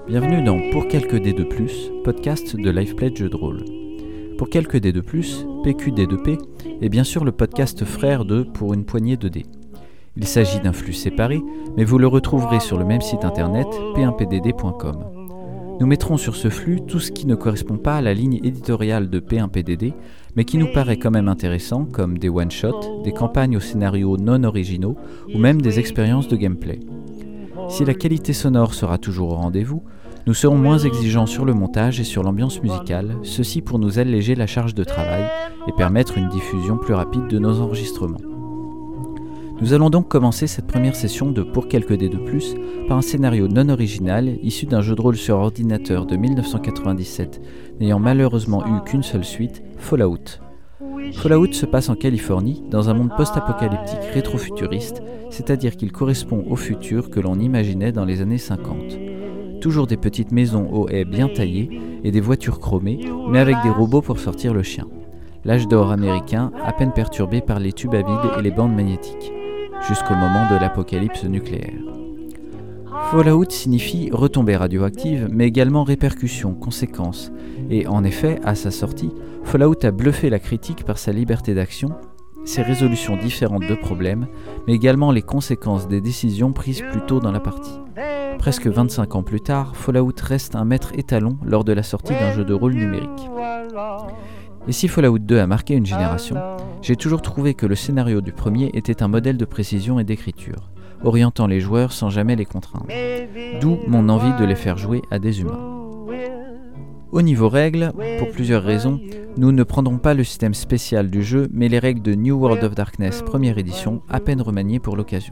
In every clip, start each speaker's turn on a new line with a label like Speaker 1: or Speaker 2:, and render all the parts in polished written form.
Speaker 1: Bienvenue dans Pour quelques dés de plus, podcast de LifePledge Jeux de rôle. Pour quelques dés de plus, PQD2P, est bien sûr le podcast frère de Pour une poignée de dés. Il s'agit d'un flux séparé, mais vous le retrouverez sur le même site internet p1pdd.com. Nous mettrons sur ce flux tout ce qui ne correspond pas à la ligne éditoriale de P1PDD, mais qui nous paraît quand même intéressant, comme des one-shots, des campagnes aux scénarios non originaux, ou même des expériences de gameplay. Si la qualité sonore sera toujours au rendez-vous, nous serons moins exigeants sur le montage et sur l'ambiance musicale, ceci pour nous alléger la charge de travail et permettre une diffusion plus rapide de nos enregistrements. Nous allons donc commencer cette première session de Pour quelques dés de plus par un scénario non original issu d'un jeu de rôle sur ordinateur de 1997, n'ayant malheureusement eu qu'une seule suite, Fallout. Fallout se passe en Californie, dans un monde post-apocalyptique rétro-futuriste, c'est-à-dire qu'il correspond au futur que l'on imaginait dans les années 50. Toujours des petites maisons aux haies bien taillées et des voitures chromées, mais avec des robots pour sortir le chien. L'âge d'or américain, à peine perturbé par les tubes à vide et les bandes magnétiques, jusqu'au moment de l'apocalypse nucléaire. Fallout signifie retombée radioactive, mais également répercussions, conséquences. Et en effet, à sa sortie, Fallout a bluffé la critique par sa liberté d'action, ses résolutions différentes de problèmes, mais également les conséquences des décisions prises plus tôt dans la partie. Presque 25 ans plus tard, Fallout reste un maître étalon lors de la sortie d'un jeu de rôle numérique. Et si Fallout 2 a marqué une génération, j'ai toujours trouvé que le scénario du premier était un modèle de précision et d'écriture, orientant les joueurs sans jamais les contraindre. D'où mon envie de les faire jouer à des humains. Au niveau règles, pour plusieurs raisons, nous ne prendrons pas le système spécial du jeu, mais les règles de New World of Darkness première édition, à peine remaniées pour l'occasion.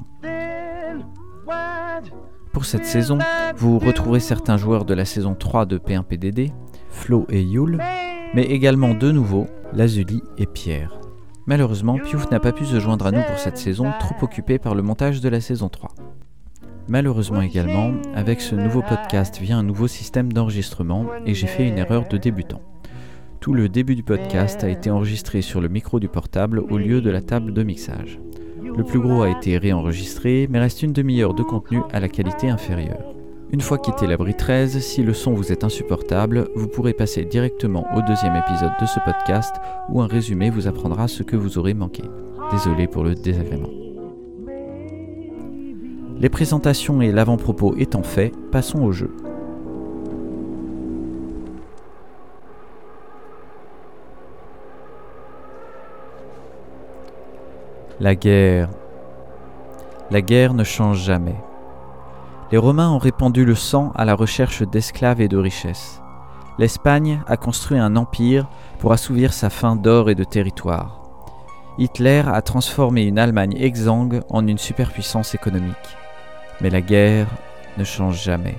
Speaker 1: Pour cette saison, vous retrouverez certains joueurs de la saison 3 de P1PDD, Flo et Yule, mais également deux nouveaux, Lazuli et Pierre. Malheureusement, Piouf n'a pas pu se joindre à nous pour cette saison, trop occupé par le montage de la saison 3. Malheureusement également, avec ce nouveau podcast vient un nouveau système d'enregistrement et j'ai fait une erreur de débutant. Tout le début du podcast a été enregistré sur le micro du portable au lieu de la table de mixage. Le plus gros a été réenregistré, mais reste une demi-heure de contenu à la qualité inférieure. Une fois quitté l'abri 13, si le son vous est insupportable, vous pourrez passer directement au deuxième épisode de ce podcast où un résumé vous apprendra ce que vous aurez manqué. Désolé pour le désagrément. Les présentations et l'avant-propos étant faits, passons au jeu. La guerre. La guerre ne change jamais. Les Romains ont répandu le sang à la recherche d'esclaves et de richesses. L'Espagne a construit un empire pour assouvir sa faim d'or et de territoire. Hitler a transformé une Allemagne exsangue en une superpuissance économique. Mais la guerre ne change jamais.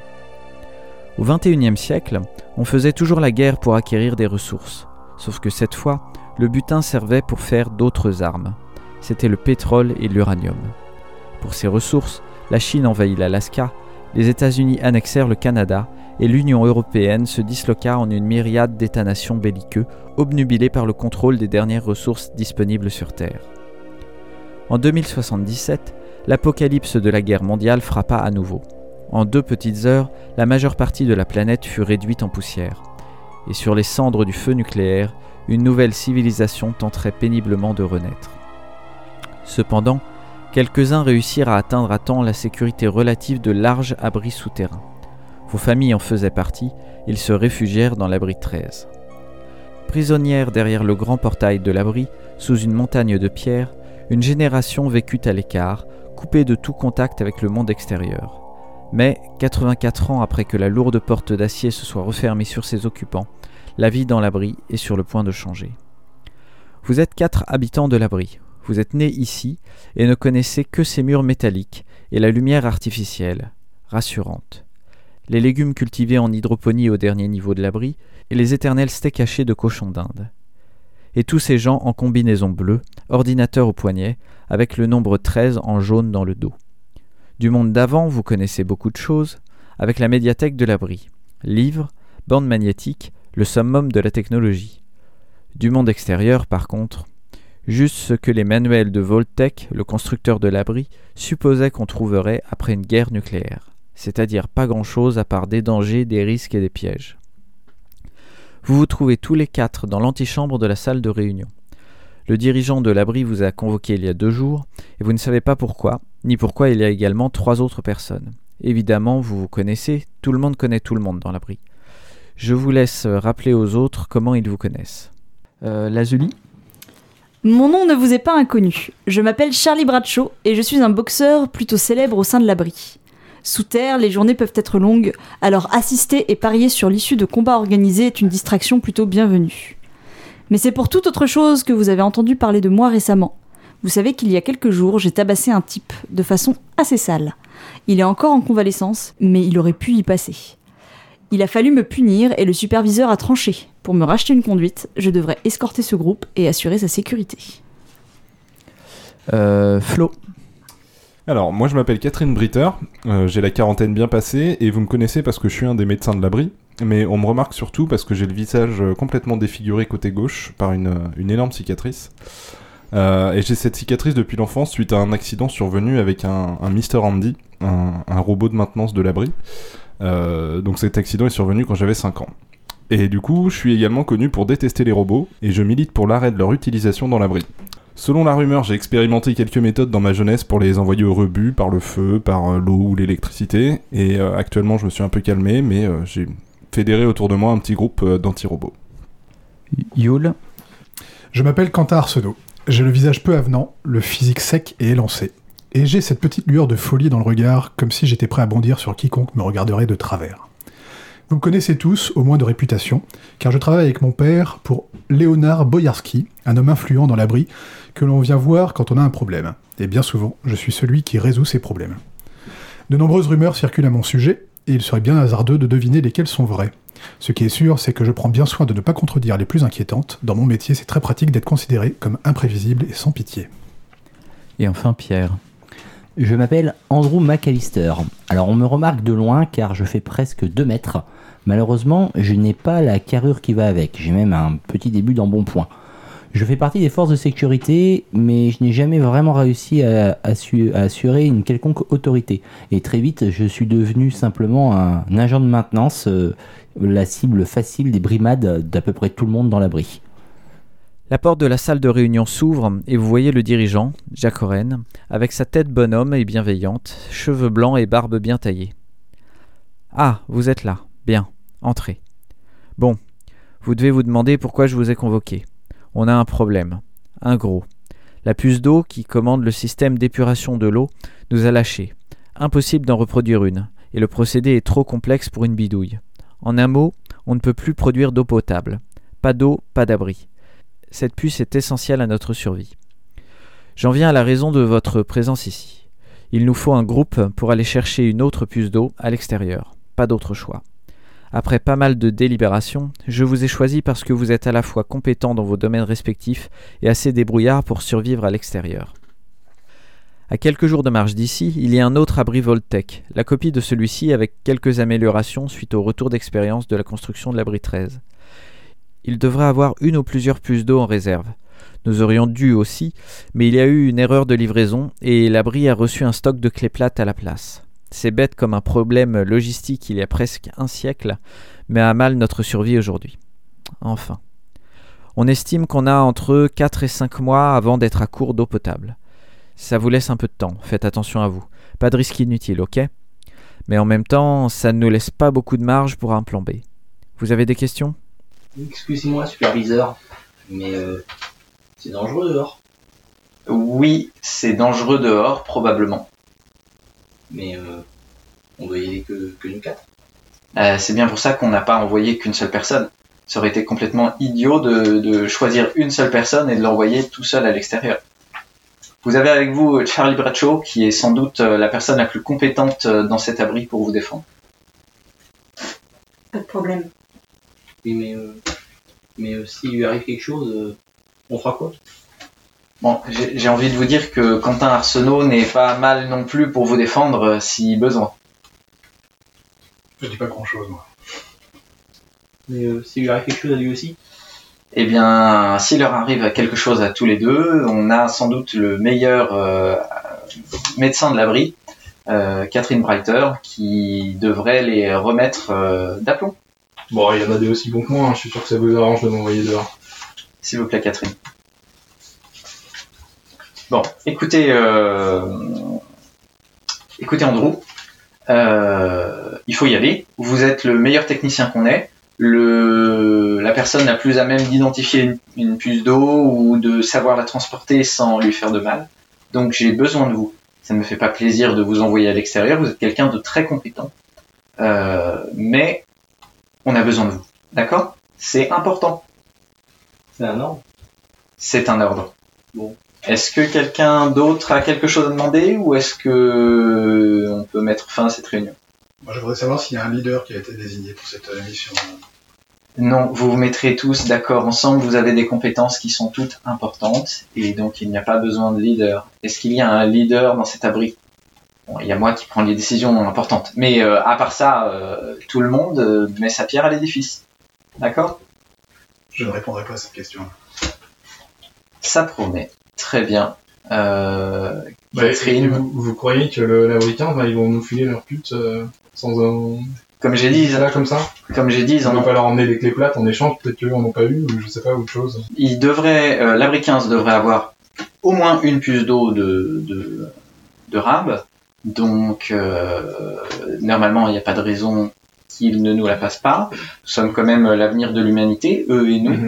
Speaker 1: Au XXIe siècle, on faisait toujours la guerre pour acquérir des ressources. Sauf que cette fois, le butin servait pour faire d'autres armes. C'était le pétrole et l'uranium. Pour ces ressources, la Chine envahit l'Alaska, les États-Unis annexèrent le Canada et l'Union européenne se disloqua en une myriade d'États-nations belliqueux, obnubilés par le contrôle des dernières ressources disponibles sur Terre. En 2077, l'apocalypse de la guerre mondiale frappa à nouveau. En 2 petites heures, la majeure partie de la planète fut réduite en poussière. Et sur les cendres du feu nucléaire, une nouvelle civilisation tenterait péniblement de renaître. Cependant, quelques-uns réussirent à atteindre à temps la sécurité relative de larges abris souterrains. Vos familles en faisaient partie, ils se réfugièrent dans l'abri 13. Prisonnière derrière le grand portail de l'abri, sous une montagne de pierres, une génération vécut à l'écart, coupée de tout contact avec le monde extérieur. Mais, 84 ans après que la lourde porte d'acier se soit refermée sur ses occupants, la vie dans l'abri est sur le point de changer. Vous êtes 4 habitants de l'abri. Vous êtes nés ici et ne connaissez que ces murs métalliques et la lumière artificielle, rassurante. Les légumes cultivés en hydroponie au dernier niveau de l'abri et les éternels steaks hachés de cochon d'Inde. Et tous ces gens en combinaison bleue, ordinateur au poignet, avec le nombre 13 en jaune dans le dos. Du monde d'avant, vous connaissez beaucoup de choses, avec la médiathèque de l'abri, livres, bandes magnétiques, le summum de la technologie. Du monde extérieur, par contre, juste ce que les manuels de Voltec, le constructeur de l'abri, supposaient qu'on trouverait après une guerre nucléaire. c'est-à-dire pas grand-chose à part des dangers, des risques et des pièges. Vous vous trouvez tous les 4 dans l'antichambre de la salle de réunion. Le dirigeant de l'abri vous a convoqué il y a 2 jours, et vous ne savez pas pourquoi, ni pourquoi il y a également 3 autres personnes. Évidemment, vous vous connaissez, tout le monde connaît tout le monde dans l'abri. Je vous laisse rappeler aux autres comment ils vous connaissent. Lazuli ?
Speaker 2: Mon nom ne vous est pas inconnu. Je m'appelle Charlie Bradshaw et je suis un boxeur plutôt célèbre au sein de l'abri. Sous terre, les journées peuvent être longues, alors assister et parier sur l'issue de combats organisés est une distraction plutôt bienvenue. Mais c'est pour toute autre chose que vous avez entendu parler de moi récemment. Vous savez qu'il y a quelques jours, j'ai tabassé un type, de façon assez sale. Il est encore en convalescence, mais il aurait pu y passer. Il a fallu me punir et le superviseur a tranché. Pour me racheter une conduite, je devrais escorter ce groupe et assurer sa sécurité.
Speaker 1: Flo.
Speaker 3: Alors, moi je m'appelle Catherine Britter, j'ai la quarantaine bien passée et vous me connaissez parce que je suis un des médecins de l'abri, mais on me remarque surtout parce que j'ai le visage complètement défiguré côté gauche par une énorme cicatrice. Et j'ai cette cicatrice depuis l'enfance suite à un accident survenu avec un Mr. Andy, un robot de maintenance de l'abri. Donc cet accident est survenu quand j'avais 5 ans. Et du coup, je suis également connu pour détester les robots et je milite pour l'arrêt de leur utilisation dans l'abri. Selon la rumeur, j'ai expérimenté quelques méthodes dans ma jeunesse pour les envoyer au rebut par le feu, par l'eau ou l'électricité, et actuellement je me suis un peu calmé, mais j'ai fédéré autour de moi un petit groupe d'anti-robots.
Speaker 1: Yule.
Speaker 4: Je m'appelle Quentin Arsenault. J'ai le visage peu avenant, le physique sec et élancé. Et j'ai cette petite lueur de folie dans le regard, comme si j'étais prêt à bondir sur quiconque me regarderait de travers. Vous me connaissez tous, au moins de réputation, car je travaille avec mon père pour Léonard Boyarski, un homme influent dans l'abri, que l'on vient voir quand on a un problème. Et bien souvent, je suis celui qui résout ces problèmes. De nombreuses rumeurs circulent à mon sujet, et il serait bien hasardeux de deviner lesquelles sont vraies. Ce qui est sûr, c'est que je prends bien soin de ne pas contredire les plus inquiétantes. Dans mon métier, c'est très pratique d'être considéré comme imprévisible et sans pitié.
Speaker 1: Et enfin Pierre.
Speaker 5: Je m'appelle Andrew McAllister. Alors on me remarque de loin car je fais presque 2 mètres. Malheureusement, je n'ai pas la carrure qui va avec. J'ai même un petit début d'embonpoint. Je fais partie des forces de sécurité, mais je n'ai jamais vraiment réussi à assurer une quelconque autorité. Et très vite, je suis devenu simplement un agent de maintenance, la cible facile des brimades d'à peu près tout le monde dans l'abri.
Speaker 1: La porte de la salle de réunion s'ouvre et vous voyez le dirigeant, Jack Oren, avec sa tête bonhomme et bienveillante, cheveux blancs et barbe bien taillée. « Ah, vous êtes là. Bien. Entrez. Bon, vous devez vous demander pourquoi je vous ai convoqué. On a un problème. Un gros. La puce d'eau qui commande le système d'épuration de l'eau nous a lâchés. Impossible d'en reproduire une, et le procédé est trop complexe pour une bidouille. En un mot, on ne peut plus produire d'eau potable. Pas d'eau, pas d'abri. Cette puce est essentielle à notre survie. J'en viens à la raison de votre présence ici. Il nous faut un groupe pour aller chercher une autre puce d'eau à l'extérieur. Pas d'autre choix. Après pas mal de délibérations, je vous ai choisi parce que vous êtes à la fois compétents dans vos domaines respectifs et assez débrouillards pour survivre à l'extérieur. À quelques jours de marche d'ici, il y a un autre abri Voltec, la copie de celui-ci avec quelques améliorations suite au retour d'expérience de la construction de l'abri 13. Il devrait avoir une ou plusieurs puces d'eau en réserve. Nous aurions dû aussi, mais il y a eu une erreur de livraison et l'abri a reçu un stock de clés plates à la place. C'est bête comme un problème logistique il y a presque un siècle, mais a mal notre survie aujourd'hui. Enfin. On estime qu'on a entre 4 et 5 mois avant d'être à court d'eau potable. Ça vous laisse un peu de temps, faites attention à vous. Pas de risque inutile, ok ? Mais en même temps, ça ne nous laisse pas beaucoup de marge pour un plan B. Vous avez des questions ?
Speaker 6: Excusez-moi, superviseur, mais c'est dangereux dehors.
Speaker 7: Oui, c'est dangereux dehors, probablement.
Speaker 6: Mais on doit y aller que nous 4.
Speaker 7: C'est bien pour ça qu'on n'a pas envoyé qu'une seule personne. Ça aurait été complètement idiot de choisir une seule personne et de l'envoyer tout seul à l'extérieur. Vous avez avec vous Charlie Bradshaw, qui est sans doute la personne la plus compétente dans cet abri pour vous défendre.
Speaker 2: Pas de problème.
Speaker 6: Oui, mais s'il lui arrive quelque chose, on fera quoi ?
Speaker 7: Bon, j'ai envie de vous dire que Quentin Arsenault n'est pas mal non plus pour vous défendre si besoin.
Speaker 4: Je dis pas grand-chose, moi.
Speaker 6: Mais s'il lui arrive quelque chose à lui aussi ?
Speaker 7: Eh bien, s'il leur arrive quelque chose à tous les deux, on a sans doute le meilleur médecin de l'abri, Catherine Breiter, qui devrait les remettre d'aplomb.
Speaker 8: Bon, il y en a des aussi bons que moi, hein. Je suis sûr que ça vous arrange de m'envoyer dehors.
Speaker 7: S'il vous plaît, Catherine. Bon, écoutez Andrew, il faut y aller. Vous êtes le meilleur technicien qu'on ait. La personne la plus à même d'identifier une puce d'eau ou de savoir la transporter sans lui faire de mal. Donc j'ai besoin de vous. Ça ne me fait pas plaisir de vous envoyer à l'extérieur. Vous êtes quelqu'un de très compétent. Mais on a besoin de vous. D'accord ? C'est important.
Speaker 6: C'est un ordre.
Speaker 7: C'est un ordre.
Speaker 6: Bon.
Speaker 7: Est-ce que quelqu'un d'autre a quelque chose à demander ou est-ce que on peut mettre fin à cette réunion ?
Speaker 4: Moi, je voudrais savoir s'il y a un leader qui a été désigné pour cette mission.
Speaker 7: Non, vous vous mettrez tous d'accord ensemble, vous avez des compétences qui sont toutes importantes et donc il n'y a pas besoin de leader. Est-ce qu'il y a un leader dans cet abri ? Bon, il y a moi qui prends les décisions importantes. Mais à part ça, tout le monde met sa pierre à l'édifice. D'accord ?
Speaker 4: Je ne répondrai pas à cette question.
Speaker 7: Ça promet. Très bien.
Speaker 8: Et
Speaker 7: Catherine,
Speaker 8: vous croyez que l'abri 15, ils vont nous filer leur pute sans un...
Speaker 7: comme j'ai dit,
Speaker 8: Là, comme ça
Speaker 7: ils
Speaker 8: On
Speaker 7: en
Speaker 8: ne
Speaker 7: ont
Speaker 8: peut pas leur emmener des clés plates en échange, peut-être qu'eux en ont pas eu, ou je sais pas, autre chose.
Speaker 7: l'abri 15 devrait avoir au moins une puce d'eau de rab. Donc, normalement, il n'y a pas de raison qu'ils ne nous la passent pas. Nous sommes quand même l'avenir de l'humanité, eux et nous.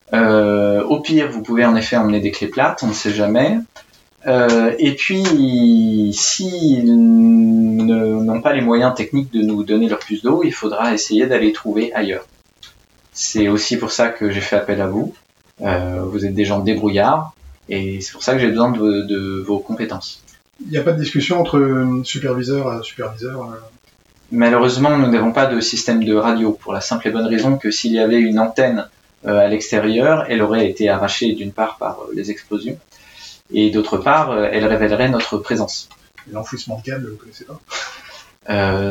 Speaker 7: Au pire, vous pouvez en effet emmener des clés plates, on ne sait jamais. Et puis, s'ils n'ont pas les moyens techniques de nous donner leur puce d'eau, il faudra essayer d'aller trouver ailleurs. C'est aussi pour ça que j'ai fait appel à vous. Vous êtes des gens débrouillards, et c'est pour ça que j'ai besoin de vos compétences.
Speaker 4: Il n'y a pas de discussion entre superviseur et superviseur
Speaker 7: Malheureusement, nous n'avons pas de système de radio, pour la simple et bonne raison que s'il y avait une antenne à l'extérieur, elle aurait été arrachée d'une part par les explosions, et d'autre part, elle révélerait notre présence.
Speaker 4: L'enfouissement de câble, vous ne connaissez pas ?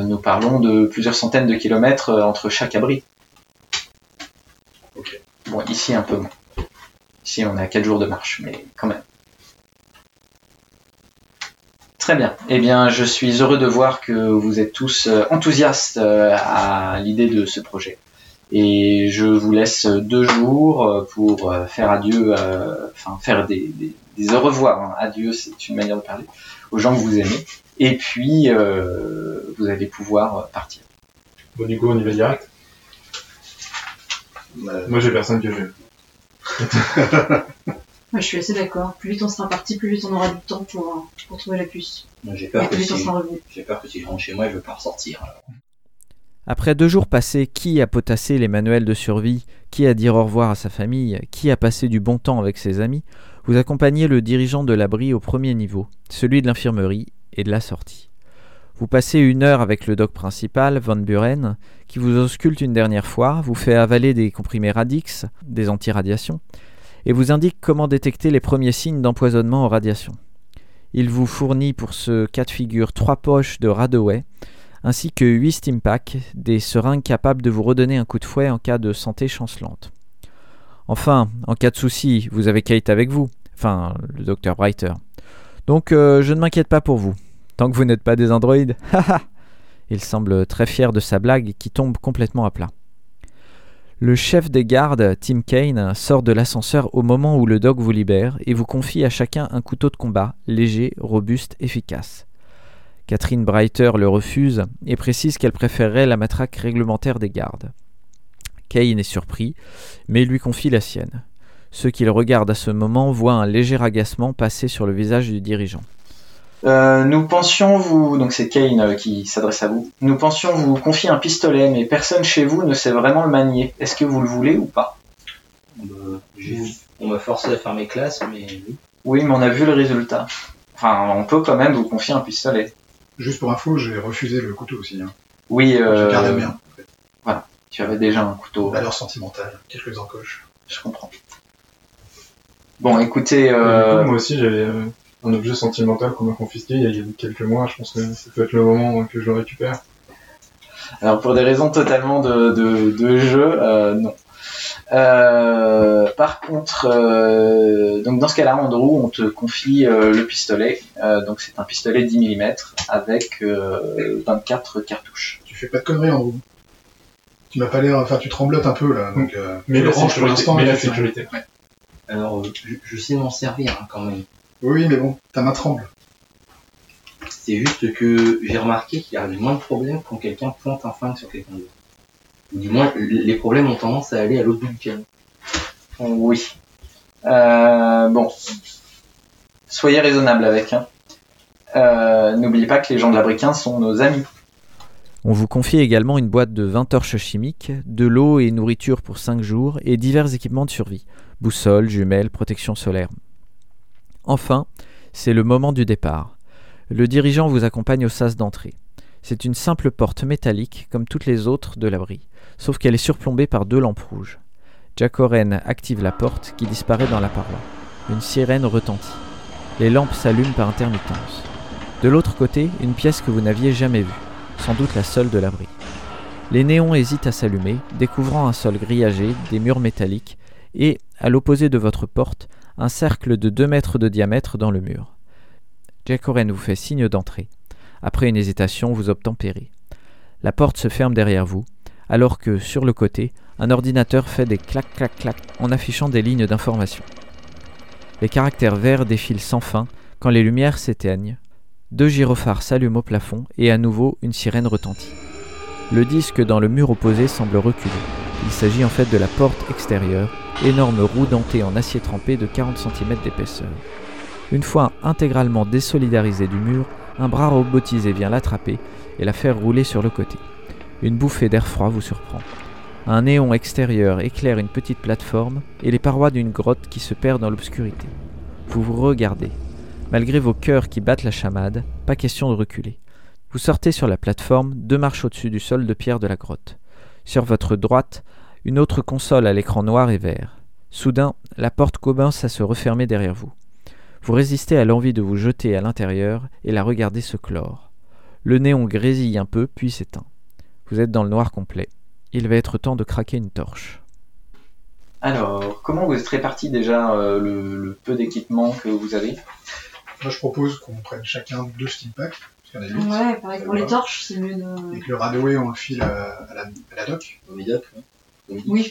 Speaker 7: Nous parlons de plusieurs centaines de kilomètres entre chaque abri.
Speaker 4: Ok.
Speaker 7: Bon, ici un peu moins. Ici, on est à 4 jours de marche, mais quand même. Très bien. Eh bien, je suis heureux de voir que vous êtes tous enthousiastes à l'idée de ce projet. Et je vous laisse 2 jours pour faire adieu, faire des au revoir. Hein. Adieu, c'est une manière de parler aux gens que vous aimez. Et puis, vous allez pouvoir partir.
Speaker 8: Bon, du coup, on y va direct. Moi, j'ai personne que j'aime.
Speaker 2: Moi, je suis assez d'accord. Plus vite on sera parti, plus vite on aura du temps pour trouver la puce.
Speaker 6: Moi, j'ai
Speaker 2: Et
Speaker 6: peur
Speaker 2: plus
Speaker 6: que
Speaker 2: vite on
Speaker 6: si
Speaker 2: sera revenu.
Speaker 6: je rentre chez moi, je veux pas ressortir. Alors.
Speaker 1: Après 2 jours passés, qui a potassé les manuels de survie, qui a dit au revoir à sa famille, qui a passé du bon temps avec ses amis, vous accompagnez le dirigeant de l'abri au premier niveau, celui de l'infirmerie et de la sortie. Vous passez 1 heure avec le doc principal, Von Buren, qui vous ausculte une dernière fois, vous fait avaler des comprimés Radix, des anti-radiations, et vous indique comment détecter les premiers signes d'empoisonnement aux radiations. Il vous fournit pour ce cas de figure 3 poches de Radaway, ainsi que 8 Stimpaks, des seringues capables de vous redonner un coup de fouet en cas de santé chancelante. Enfin, en cas de souci, vous avez Kate avec vous, enfin le docteur Breiter. Donc je ne m'inquiète pas pour vous, tant que vous n'êtes pas des androïdes. Il semble très fier de sa blague qui tombe complètement à plat. Le chef des gardes, Tim Kane, sort de l'ascenseur au moment où le doc vous libère et vous confie à chacun un couteau de combat, léger, robuste, efficace. Catherine Breiter le refuse et précise qu'elle préférerait la matraque réglementaire des gardes. Kane est surpris, mais lui confie la sienne. Ceux qui le regardent à ce moment voient un léger agacement passer sur le visage du dirigeant.
Speaker 7: Nous pensions vous, donc c'est Kane qui s'adresse à vous, nous pensions vous confier un pistolet, mais personne chez vous ne sait vraiment le manier. Est-ce que vous le voulez ou pas ?
Speaker 6: On m'a forcé à faire mes classes, mais oui.
Speaker 7: Oui, mais on a vu le résultat. Enfin, on peut quand même vous confier un pistolet.
Speaker 4: Juste pour info, j'ai refusé le couteau aussi. Hein.
Speaker 7: Oui,
Speaker 4: Je garde le mien. En fait.
Speaker 7: Voilà, tu avais déjà un couteau.
Speaker 4: Valeur sentimentale, quelques encoches.
Speaker 7: Je comprends. Bon, écoutez...
Speaker 8: Et du coup, moi aussi, j'avais un objet sentimental qu'on m'a confisqué il y a quelques mois. Je pense que ça peut être le moment que je le récupère.
Speaker 7: Alors, pour des raisons totalement de jeu, non. Par contre, donc dans ce cas-là, Andrew, on te confie le pistolet. Donc c'est un pistolet 10 mm avec 24 cartouches.
Speaker 4: Tu fais pas de conneries, Andrew. Tu m'as pas l'air... Enfin, tu tremblotes un peu, là. Donc,
Speaker 8: Mais la
Speaker 4: Orange, pour
Speaker 8: sécurité.
Speaker 4: l'instant,
Speaker 8: Mais la
Speaker 4: elle fait rien.
Speaker 8: sécurité.
Speaker 6: Alors, je sais m'en servir hein, quand même.
Speaker 4: Oui, mais bon, ta main tremble.
Speaker 6: C'est juste que j'ai remarqué qu'il y avait moins de problèmes quand quelqu'un pointe un flingue sur quelqu'un d'autre. Ou du moins, les problèmes ont tendance à aller à l'autre bout du canon.
Speaker 7: Oui. Bon. Soyez raisonnable avec. N'oubliez pas que les gens de l'abri 15 sont nos amis.
Speaker 1: On vous confie également une boîte de 20 torches chimiques, de l'eau et nourriture pour 5 jours et divers équipements de survie, boussole, jumelles, protection solaire. Enfin, c'est le moment du départ. Le dirigeant vous accompagne au sas d'entrée. C'est une simple porte métallique comme toutes les autres de l'abri, sauf qu'elle est surplombée par 2 lampes rouges. Jack Oren active la porte qui disparaît dans la paroi. Une sirène retentit. Les lampes s'allument par intermittence. De l'autre côté, une pièce que vous n'aviez jamais vue. Sans doute la seule de l'abri. Les néons hésitent à s'allumer, découvrant un sol grillagé, des murs métalliques, et, à l'opposé de votre porte, un cercle de 2 mètres de diamètre dans le mur. Jack Oren vous fait signe d'entrer. Après une hésitation, vous obtempérez. La porte se ferme derrière vous, alors que, sur le côté, un ordinateur fait des clac-clac-clac en affichant des lignes d'information. Les caractères verts défilent sans fin quand les lumières s'éteignent. 2 gyrophares s'allument au plafond et à nouveau une sirène retentit. Le disque dans le mur opposé semble reculer. Il s'agit en fait de la porte extérieure, énorme roue dentée en acier trempé de 40 cm d'épaisseur. Une fois intégralement désolidarisé du mur, un bras robotisé vient l'attraper et la faire rouler sur le côté. Une bouffée d'air froid vous surprend. Un néon extérieur éclaire une petite plateforme et les parois d'une grotte qui se perd dans l'obscurité. Vous vous regardez. Malgré vos cœurs qui battent la chamade, pas question de reculer. Vous sortez sur la plateforme, 2 marches au-dessus du sol de pierre de la grotte. Sur votre droite, une autre console à l'écran noir et vert. Soudain, la porte commence à se refermer derrière vous. Vous résistez à l'envie de vous jeter à l'intérieur et la regarder se clore. Le néon grésille un peu, puis s'éteint. Vous êtes dans le noir complet. Il va être temps de craquer une torche.
Speaker 7: Alors, comment vous êtes répartis déjà le peu d'équipement que vous avez ?
Speaker 4: Moi, je propose qu'on prenne chacun 2 steam packs, parce qu'il y en a 8.
Speaker 2: Ouais, pareil pour les torches, c'est mieux de...
Speaker 4: Et que le radoué, on le file à la doc.
Speaker 6: Au médoc,
Speaker 2: Oui.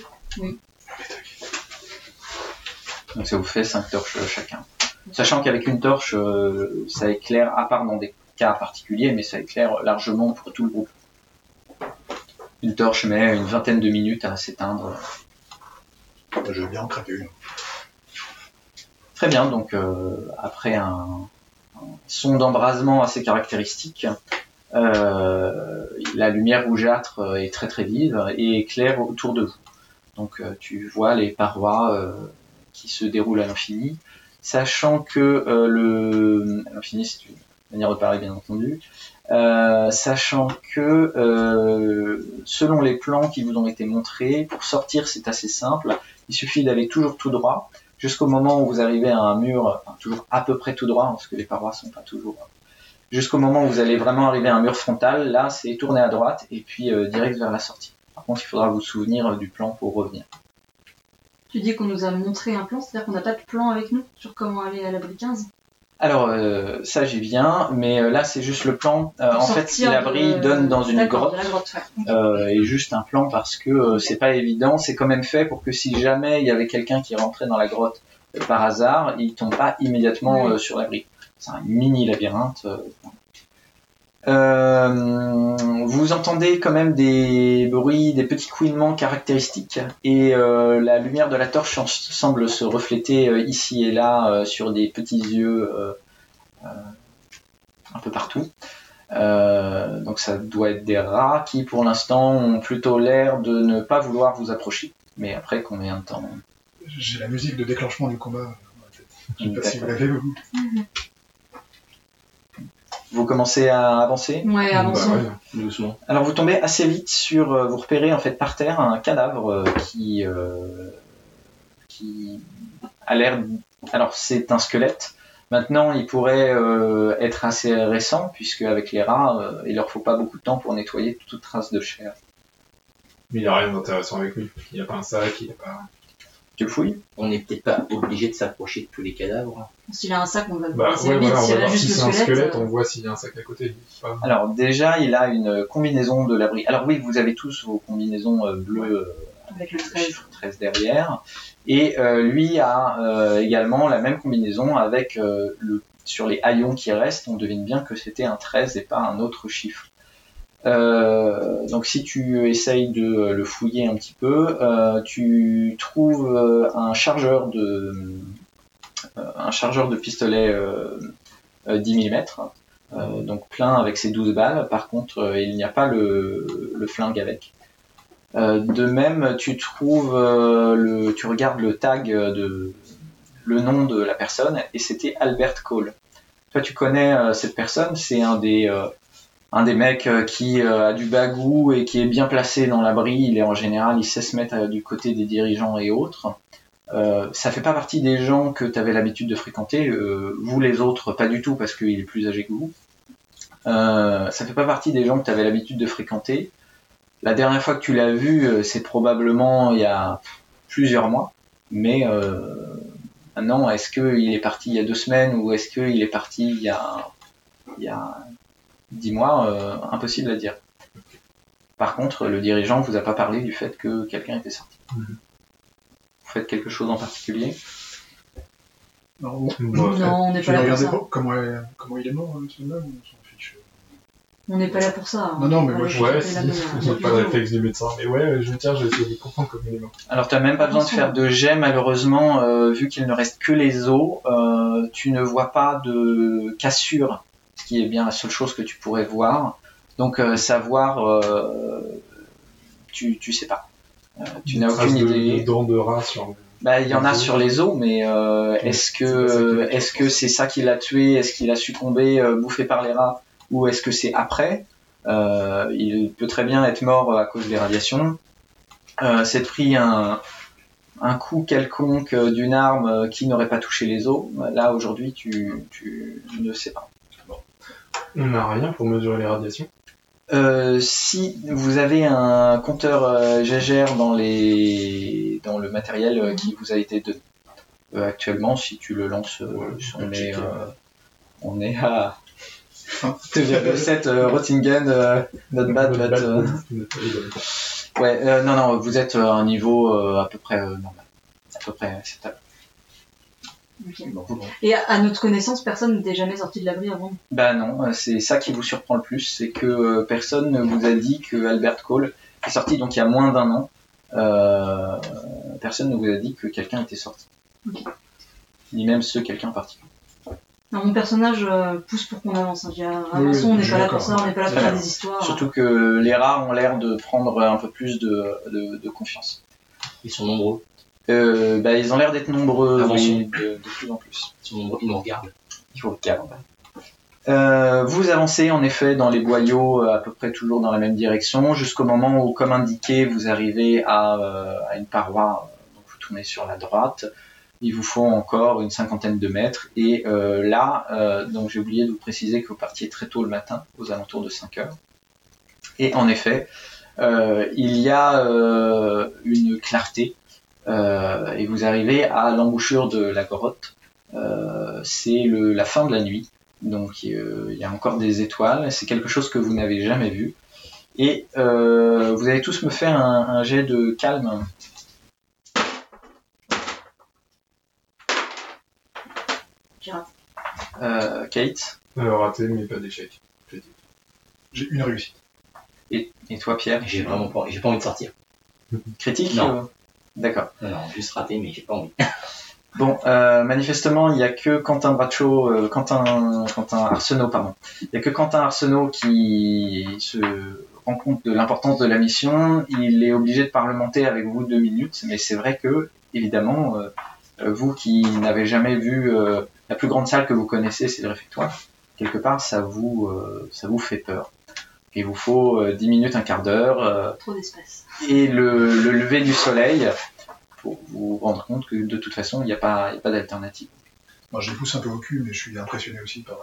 Speaker 7: Donc ça vous fait 5 torches chacun. Sachant qu'avec une torche, ça éclaire, à part dans des cas particuliers, mais ça éclaire largement pour tout le groupe. Une torche met une vingtaine de minutes à s'éteindre.
Speaker 4: Je veux bien en craquer une.
Speaker 7: Très bien, donc après un son d'embrasement assez caractéristique, la lumière rougeâtre est très très vive et éclaire autour de vous. Donc tu vois les parois qui se déroulent à l'infini, sachant que l'infini c'est une manière de parler bien entendu, sachant que selon les plans qui vous ont été montrés, pour sortir c'est assez simple, il suffit d'aller toujours tout droit, jusqu'au moment où vous arrivez à un mur, enfin, toujours à peu près tout droit, parce que les parois sont pas toujours... Jusqu'au moment où vous allez vraiment arriver à un mur frontal, là c'est tourner à droite et puis direct vers la sortie. Par contre, il faudra vous souvenir du plan pour revenir.
Speaker 2: Tu dis qu'on nous a montré un plan, c'est-à-dire qu'on n'a pas de plan avec nous sur comment aller à l'abri 15 ?
Speaker 7: Alors, ça j'y viens, mais là c'est juste le plan. En fait, l'abri donne dans une grotte,
Speaker 2: ouais.
Speaker 7: et juste un plan parce que c'est pas évident. C'est quand même fait pour que si jamais il y avait quelqu'un qui rentrait dans la grotte par hasard, il tombe pas immédiatement sur l'abri. C'est un mini labyrinthe. Vous entendez quand même des bruits, des petits couinements caractéristiques et la lumière de la torche semble se refléter ici et là sur des petits yeux un peu partout. Donc ça doit être des rats qui pour l'instant ont plutôt l'air de ne pas vouloir vous approcher. Mais après combien de temps ?
Speaker 4: J'ai la musique de déclenchement du combat dans la tête. Je sais pas si vous l'avez vous.
Speaker 7: Vous commencez à avancer ?
Speaker 2: Ouais, avançons.
Speaker 4: Ouais.
Speaker 6: doucement.
Speaker 7: Alors vous tombez assez vite sur, vous repérez en fait par terre un cadavre qui a l'air, alors c'est un squelette. Maintenant il pourrait être assez récent puisque avec les rats il leur faut pas beaucoup de temps pour nettoyer toute trace de chair.
Speaker 8: Mais il n'y a rien d'intéressant avec lui. Il n'y a pas un sac, il n'y a pas...
Speaker 7: Tu le fouilles?
Speaker 6: On n'est peut-être pas obligé de s'approcher de tous les cadavres.
Speaker 2: S'il a un sac, on va le
Speaker 8: Bah
Speaker 2: voir assez
Speaker 8: ouais,
Speaker 2: vite.
Speaker 8: voilà, on
Speaker 2: S'il
Speaker 8: va
Speaker 2: a
Speaker 8: voir
Speaker 2: juste
Speaker 8: si
Speaker 2: le
Speaker 8: c'est un squelette,
Speaker 2: squelette,
Speaker 8: on voit s'il y a un sac à côté. Pas...
Speaker 7: Alors déjà, il a une combinaison de l'abri. Alors oui, vous avez tous vos combinaisons bleues
Speaker 2: avec le
Speaker 7: le
Speaker 2: 13.
Speaker 7: chiffre 13 derrière. Et lui a également la même combinaison avec sur les haillons qui restent, on devine bien que c'était un 13 et pas un autre chiffre. Donc si tu essayes de le fouiller un petit peu, tu trouves un chargeur de pistolet 10 mm, donc plein avec ses 12 balles. Par contre, il n'y a pas le flingue avec. De même, tu trouves tu regardes le tag le nom de la personne et c'était Albert Cole. Toi, tu connais cette personne, c'est un des mecs qui a du bagou et qui est bien placé dans l'abri. Il est en général, il sait se mettre du côté des dirigeants et autres. Ça fait pas partie des gens que tu avais l'habitude de fréquenter. Vous les autres, pas du tout parce qu'il est plus âgé que vous. Ça fait pas partie des gens que tu avais l'habitude de fréquenter. La dernière fois que tu l'as vu, c'est probablement il y a plusieurs mois. Mais maintenant, est-ce qu'il est parti il y a 2 semaines ou est-ce qu'il est parti il y a 10 mois, impossible à dire. Par contre, le dirigeant vous a pas parlé du fait que quelqu'un était sorti. Vous faites quelque chose en particulier?
Speaker 4: Non,
Speaker 2: Non, on n'est pas là pour ça.
Speaker 4: Comment il est mort, celui-là, ou on s'en fiche?
Speaker 2: On n'est pas là pour ça.
Speaker 4: Non, mais
Speaker 2: On
Speaker 4: moi,
Speaker 2: va
Speaker 4: je-
Speaker 8: Ouais,
Speaker 2: jeter
Speaker 8: si,
Speaker 2: la main.
Speaker 8: j'ai pas de réflexe du médecin. Mais ouais, j'ai essayé de comprendre comment il est mort.
Speaker 7: Alors, tu n'as même pas besoin de faire de jet, malheureusement, vu qu'il ne reste que les os, tu ne vois pas de cassure, ce qui est bien la seule chose que tu pourrais voir. Donc, savoir, tu sais pas. Tu n'as aucune idée.
Speaker 8: De dents de rat sur...
Speaker 7: Bah, il y en a sur les os, mais est-ce que c'est ça qui l'a tué? Est-ce qu'il a succombé, bouffé par les rats? Ou est-ce que c'est après? Il peut très bien être mort à cause des radiations. S'être pris un coup quelconque d'une arme qui n'aurait pas touché les os. Là, aujourd'hui, tu ne sais pas.
Speaker 8: On n'a rien pour mesurer les radiations.
Speaker 7: Si vous avez un compteur Gégère dans le matériel qui vous a été donné actuellement, si tu le lances, on est à 2,7 Rottingen, not bad, but, ouais, non, vous êtes à un niveau à peu près normal, à peu près acceptable.
Speaker 2: Ok.
Speaker 7: Bon.
Speaker 2: Et à notre connaissance, personne n'était jamais sorti de l'abri avant.
Speaker 7: Bah non, c'est ça qui vous surprend le plus, c'est que personne ne vous a dit que Albert Cole est sorti donc il y a moins d'1 an. Personne ne vous a dit que quelqu'un était sorti.
Speaker 2: Okay.
Speaker 7: Ni même quelqu'un en particulier.
Speaker 2: Non, mon personnage pousse pour qu'on avance. Hein. Avançons, on n'est pas là pour ça, on n'est pas là pour faire des histoires.
Speaker 7: Surtout que les rats ont l'air de prendre un peu plus de confiance.
Speaker 6: Ils sont nombreux.
Speaker 7: Ils ont l'air d'être nombreux,
Speaker 6: Avançons.
Speaker 7: de plus en plus.
Speaker 6: Ils sont nombreux, ils nous regardent.
Speaker 7: Il faut regardent. Vous avancez en effet dans les boyaux, à peu près toujours dans la même direction, jusqu'au moment où, comme indiqué, vous arrivez à une paroi, donc vous tournez sur la droite. Il vous faut encore une 50aine de mètres. Et là, donc j'ai oublié de vous préciser que vous partiez très tôt le matin, aux alentours de 5 heures. Et en effet, il y a une clarté. Et vous arrivez à l'embouchure de la grotte. C'est la fin de la nuit. Donc il y a encore des étoiles. C'est quelque chose que vous n'avez jamais vu. Et vous allez tous me faire un jet de calme. Kate.
Speaker 8: Raté, mais pas d'échec.
Speaker 4: J'ai une réussite.
Speaker 7: Et toi, Pierre?
Speaker 6: J'ai vraiment pas envie de sortir.
Speaker 7: Critique?
Speaker 6: Non.
Speaker 7: D'accord.
Speaker 6: Non, juste raté, mais j'ai pas envie.
Speaker 7: Bon, manifestement, il n'y a que Quentin Arsenault, pardon. Il n'y a que Quentin Arsenault qui se rend compte de l'importance de la mission. Il est obligé de parlementer avec vous 2 minutes, mais c'est vrai que, évidemment, vous qui n'avez jamais vu la plus grande salle que vous connaissez, c'est le réfectoire. Quelque part, ça vous fait peur. Il vous faut 10 minutes, un quart d'heure.
Speaker 2: Trop d'espace.
Speaker 7: Et le lever du soleil pour vous rendre compte que de toute façon, il n'y a pas d'alternative.
Speaker 4: Moi, je les pousse un peu au cul, mais je suis impressionné aussi par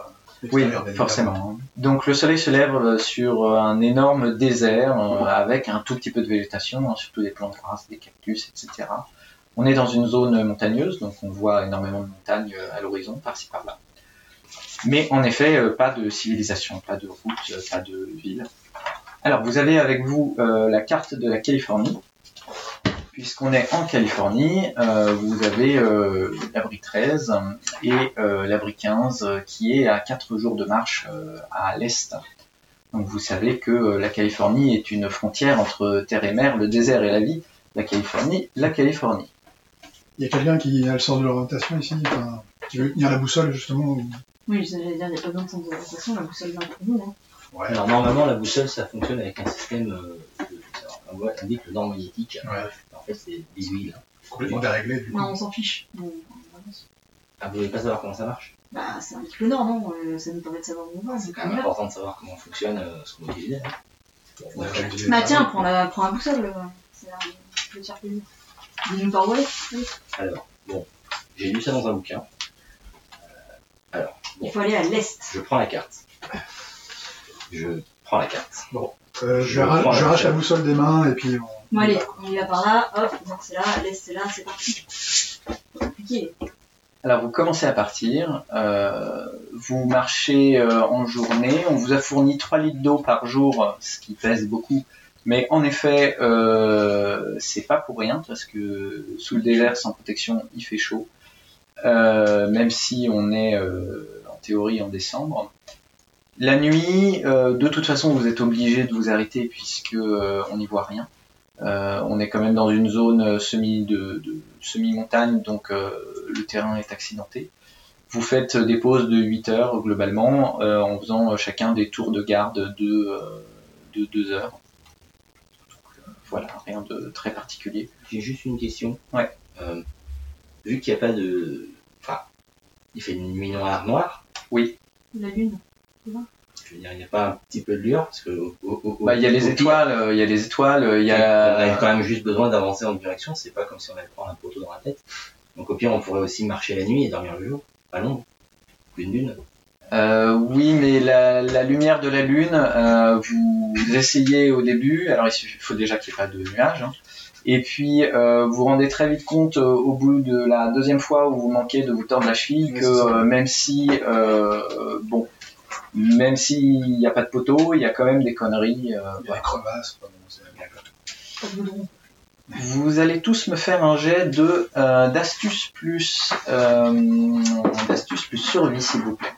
Speaker 7: Oui,
Speaker 4: extérieur, bien
Speaker 7: forcément. Donc le soleil se lève sur un énorme désert avec un tout petit peu de végétation, hein, surtout des plantes grasses, des cactus, etc. On est dans une zone montagneuse, donc on voit énormément de montagnes à l'horizon, par-ci par-là. Mais en effet, pas de civilisation, pas de route, pas de ville. Alors vous avez avec vous la carte de la Californie. Puisqu'on est en Californie, vous avez l'abri 13 et l'abri 15 qui est à 4 jours de marche à l'est. Donc vous savez que la Californie est une frontière entre terre et mer, le désert et la vie. La Californie.
Speaker 4: Il y a quelqu'un qui a le sens de l'orientation ici, enfin, qui veut tenir la boussole justement. Ou...
Speaker 2: Oui, j'allais dire, il n'y a pas besoin de sens d'orientation, la boussole vient pour nous. Hein.
Speaker 4: Ouais.
Speaker 6: Alors normalement la boussole ça fonctionne avec un système on voit indique le nord magnétique.
Speaker 4: Ouais.
Speaker 6: En fait c'est des huiles.
Speaker 4: Complètement déréglé du coup.
Speaker 2: Non, on s'en fiche. On avance.
Speaker 6: Ah vous voulez pas savoir comment ça marche?
Speaker 2: Bah, c'est indique le nord, non Ça nous permet de savoir où on va.
Speaker 6: C'est quand même important de savoir comment fonctionne ce qu'on utilise.
Speaker 4: On a pas utilisé
Speaker 2: Bah
Speaker 4: ça.
Speaker 2: tiens, prends la boussole. C'est je vais te faire plaisir. Dis-nous par où aller. Oui.
Speaker 6: Alors bon, j'ai lu ça dans un bouquin. Alors bon,
Speaker 2: Il faut aller à l'est.
Speaker 6: je prends la carte. Je prends la carte.
Speaker 4: Je arrache la boussole des mains et puis on...
Speaker 2: Bon, allez, on y va par là. Hop, donc c'est là, l'est c'est là, c'est parti. Compliqué.
Speaker 7: Alors vous commencez à partir, vous marchez en journée, on vous a fourni 3 litres d'eau par jour, ce qui pèse beaucoup, mais en effet c'est pas pour rien parce que sous le désert sans protection il fait chaud, même si on est en théorie en décembre. La nuit, de toute façon vous êtes obligé de vous arrêter puisque on n'y voit rien. On est quand même dans une zone semi-montagne, donc le terrain est accidenté. Vous faites des pauses de 8 heures globalement, en faisant chacun des tours de garde de 2 heures. Donc, voilà, rien de très particulier.
Speaker 6: J'ai juste une question.
Speaker 7: Ouais.
Speaker 6: Vu qu'il n'y a pas de... Enfin, il fait une nuit noire.
Speaker 7: Oui.
Speaker 2: La lune.
Speaker 6: Je veux dire, il n'y a pas un petit peu de lueur parce que
Speaker 7: Il y a les étoiles, il y a les étoiles, il y
Speaker 6: on
Speaker 7: a...
Speaker 6: a quand même juste besoin d'avancer en direction, c'est pas comme si on allait prendre un poteau dans la tête. Donc au pire, on pourrait aussi marcher la nuit et dormir le jour, à l'ombre, une lune.
Speaker 7: Oui, mais la lumière de la lune, vous essayez au début, alors il faut déjà qu'il n'y ait pas de nuages, hein. Et puis vous vous rendez très vite compte au bout de la deuxième fois où vous manquez de vous tordre la cheville que même s'il n'y a pas de poteau, il y a quand même des conneries.
Speaker 4: Il y a des crevasses. Pas
Speaker 2: Pas de goudron.
Speaker 7: Vous allez tous me faire un jet de d'astuce plus survie, s'il vous plaît.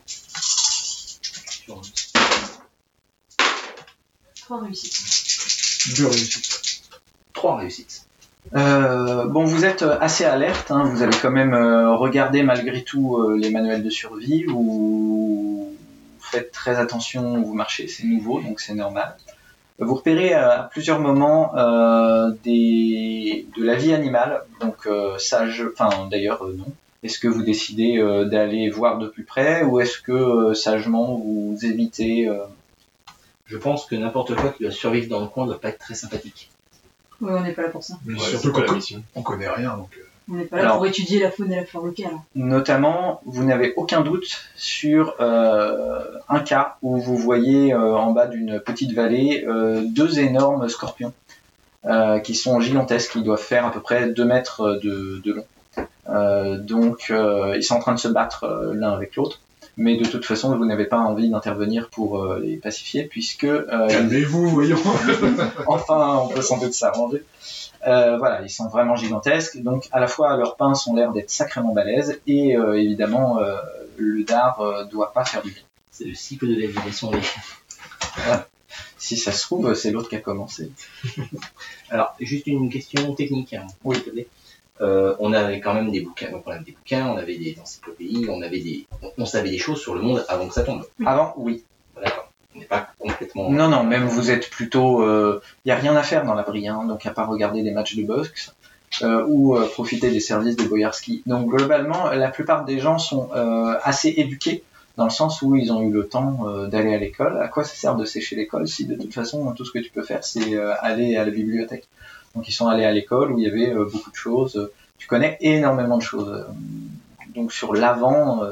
Speaker 2: 3 réussites.
Speaker 4: 2 réussites.
Speaker 6: 3 réussites.
Speaker 7: Bon, vous êtes assez alerte, hein, vous avez quand même regardé malgré tout les manuels de survie, vous faites très attention où vous marchez, c'est nouveau, donc c'est normal. Vous repérez à plusieurs moments de la vie animale, donc non. Est-ce que vous décidez d'aller voir de plus près ou est-ce que sagement vous évitez
Speaker 6: Je pense que n'importe quoi qui doit survivre dans le coin doit pas être très sympathique.
Speaker 2: Ouais, on n'est pas là pour ça.
Speaker 4: Mais
Speaker 8: Ouais,
Speaker 4: surtout
Speaker 8: c'est pas la
Speaker 4: qu'on
Speaker 8: mission.
Speaker 4: connaît rien, donc...
Speaker 2: On n'est pas là
Speaker 7: Alors-
Speaker 2: pour étudier la faune et la flore locale.
Speaker 7: Notamment, vous n'avez aucun doute sur un cas où vous voyez en bas d'une petite vallée 2 énormes scorpions qui sont gigantesques, qui doivent faire à peu près 2 mètres de long. Donc ils sont en train de se battre l'un avec l'autre, mais de toute façon vous n'avez pas envie d'intervenir pour les pacifier puisque
Speaker 4: Calmez-vous, voyons.
Speaker 7: enfin on peut sans doute s'arranger. Voilà, ils sont vraiment gigantesques, donc à la fois leurs pinces ont l'air d'être sacrément balèzes et évidemment le dard doit pas faire du bien.
Speaker 6: C'est le cycle de la vie, laissons les...
Speaker 7: Si ça se trouve, c'est l'autre qui a commencé.
Speaker 6: Alors, juste une question technique. Hein,
Speaker 7: Oui.
Speaker 6: s'il te plaît. On avait quand même des bouquins, donc on avait des bouquins, on avait des encyclopédies, on savait des choses sur le monde avant que ça tombe.
Speaker 7: Avant, oui.
Speaker 6: D'accord. On n'est pas complètement...
Speaker 7: Non, même vous êtes plutôt... y a rien à faire dans l'abri, hein, donc à part regarder des matchs de boxe ou profiter des services de Boyarski. Donc globalement, la plupart des gens sont assez éduqués dans le sens où ils ont eu le temps d'aller à l'école. À quoi ça sert de sécher l'école si de toute façon tout ce que tu peux faire c'est aller à la bibliothèque. Donc ils sont allés à l'école où il y avait beaucoup de choses. Tu connais énormément de choses. Donc sur l'avant,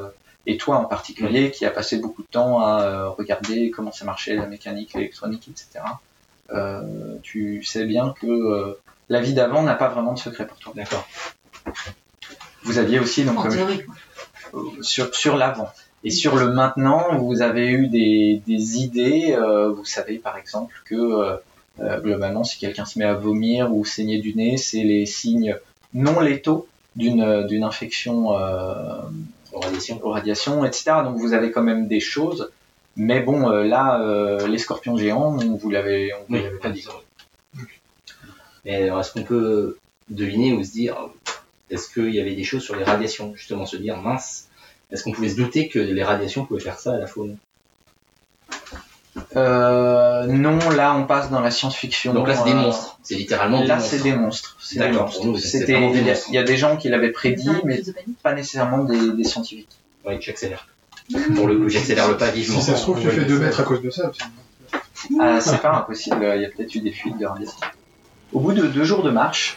Speaker 7: Et toi en particulier, qui a passé beaucoup de temps à regarder comment ça marchait, la mécanique, l'électronique, etc. Tu sais bien que la vie d'avant n'a pas vraiment de secret pour toi.
Speaker 6: D'accord.
Speaker 7: Vous aviez aussi donc
Speaker 2: En théorie, quoi.
Speaker 7: sur l'avant. Et sur le maintenant, vous avez eu des idées. Vous savez par exemple que globalement, si quelqu'un se met à vomir ou saigner du nez, c'est les signes non létaux d'une infection aux radiations, etc. Donc vous avez quand même des choses. Mais bon, là, les scorpions géants, on vous l'avait pas dit.
Speaker 6: Mais alors, est-ce qu'on peut deviner ou se dire, est-ce qu'il y avait des choses sur les radiations, justement se dire, mince, est-ce qu'on pouvait se douter que les radiations pouvaient faire ça à la faune?
Speaker 7: Non, là on passe dans la science-fiction.
Speaker 6: Donc là c'est des monstres, c'est littéralement des
Speaker 7: là
Speaker 6: monstres.
Speaker 7: c'est des monstres. C'est des
Speaker 6: D'accord,
Speaker 7: monstres.
Speaker 6: pour nous, c'est
Speaker 7: C'était,
Speaker 6: vraiment des monstres.
Speaker 7: il y a des gens qui l'avaient prédit,
Speaker 2: Une
Speaker 7: mais
Speaker 2: crise de panique.
Speaker 7: pas nécessairement des scientifiques.
Speaker 6: Oui, j'accélère. Pour le coup, j'accélère le pas vivement.
Speaker 4: Si ça se trouve, tu fais 2 mètres à cause de ça.
Speaker 7: C'est pas impossible, il y a peut-être eu des fuites de radiation. Au bout de 2 jours de marche,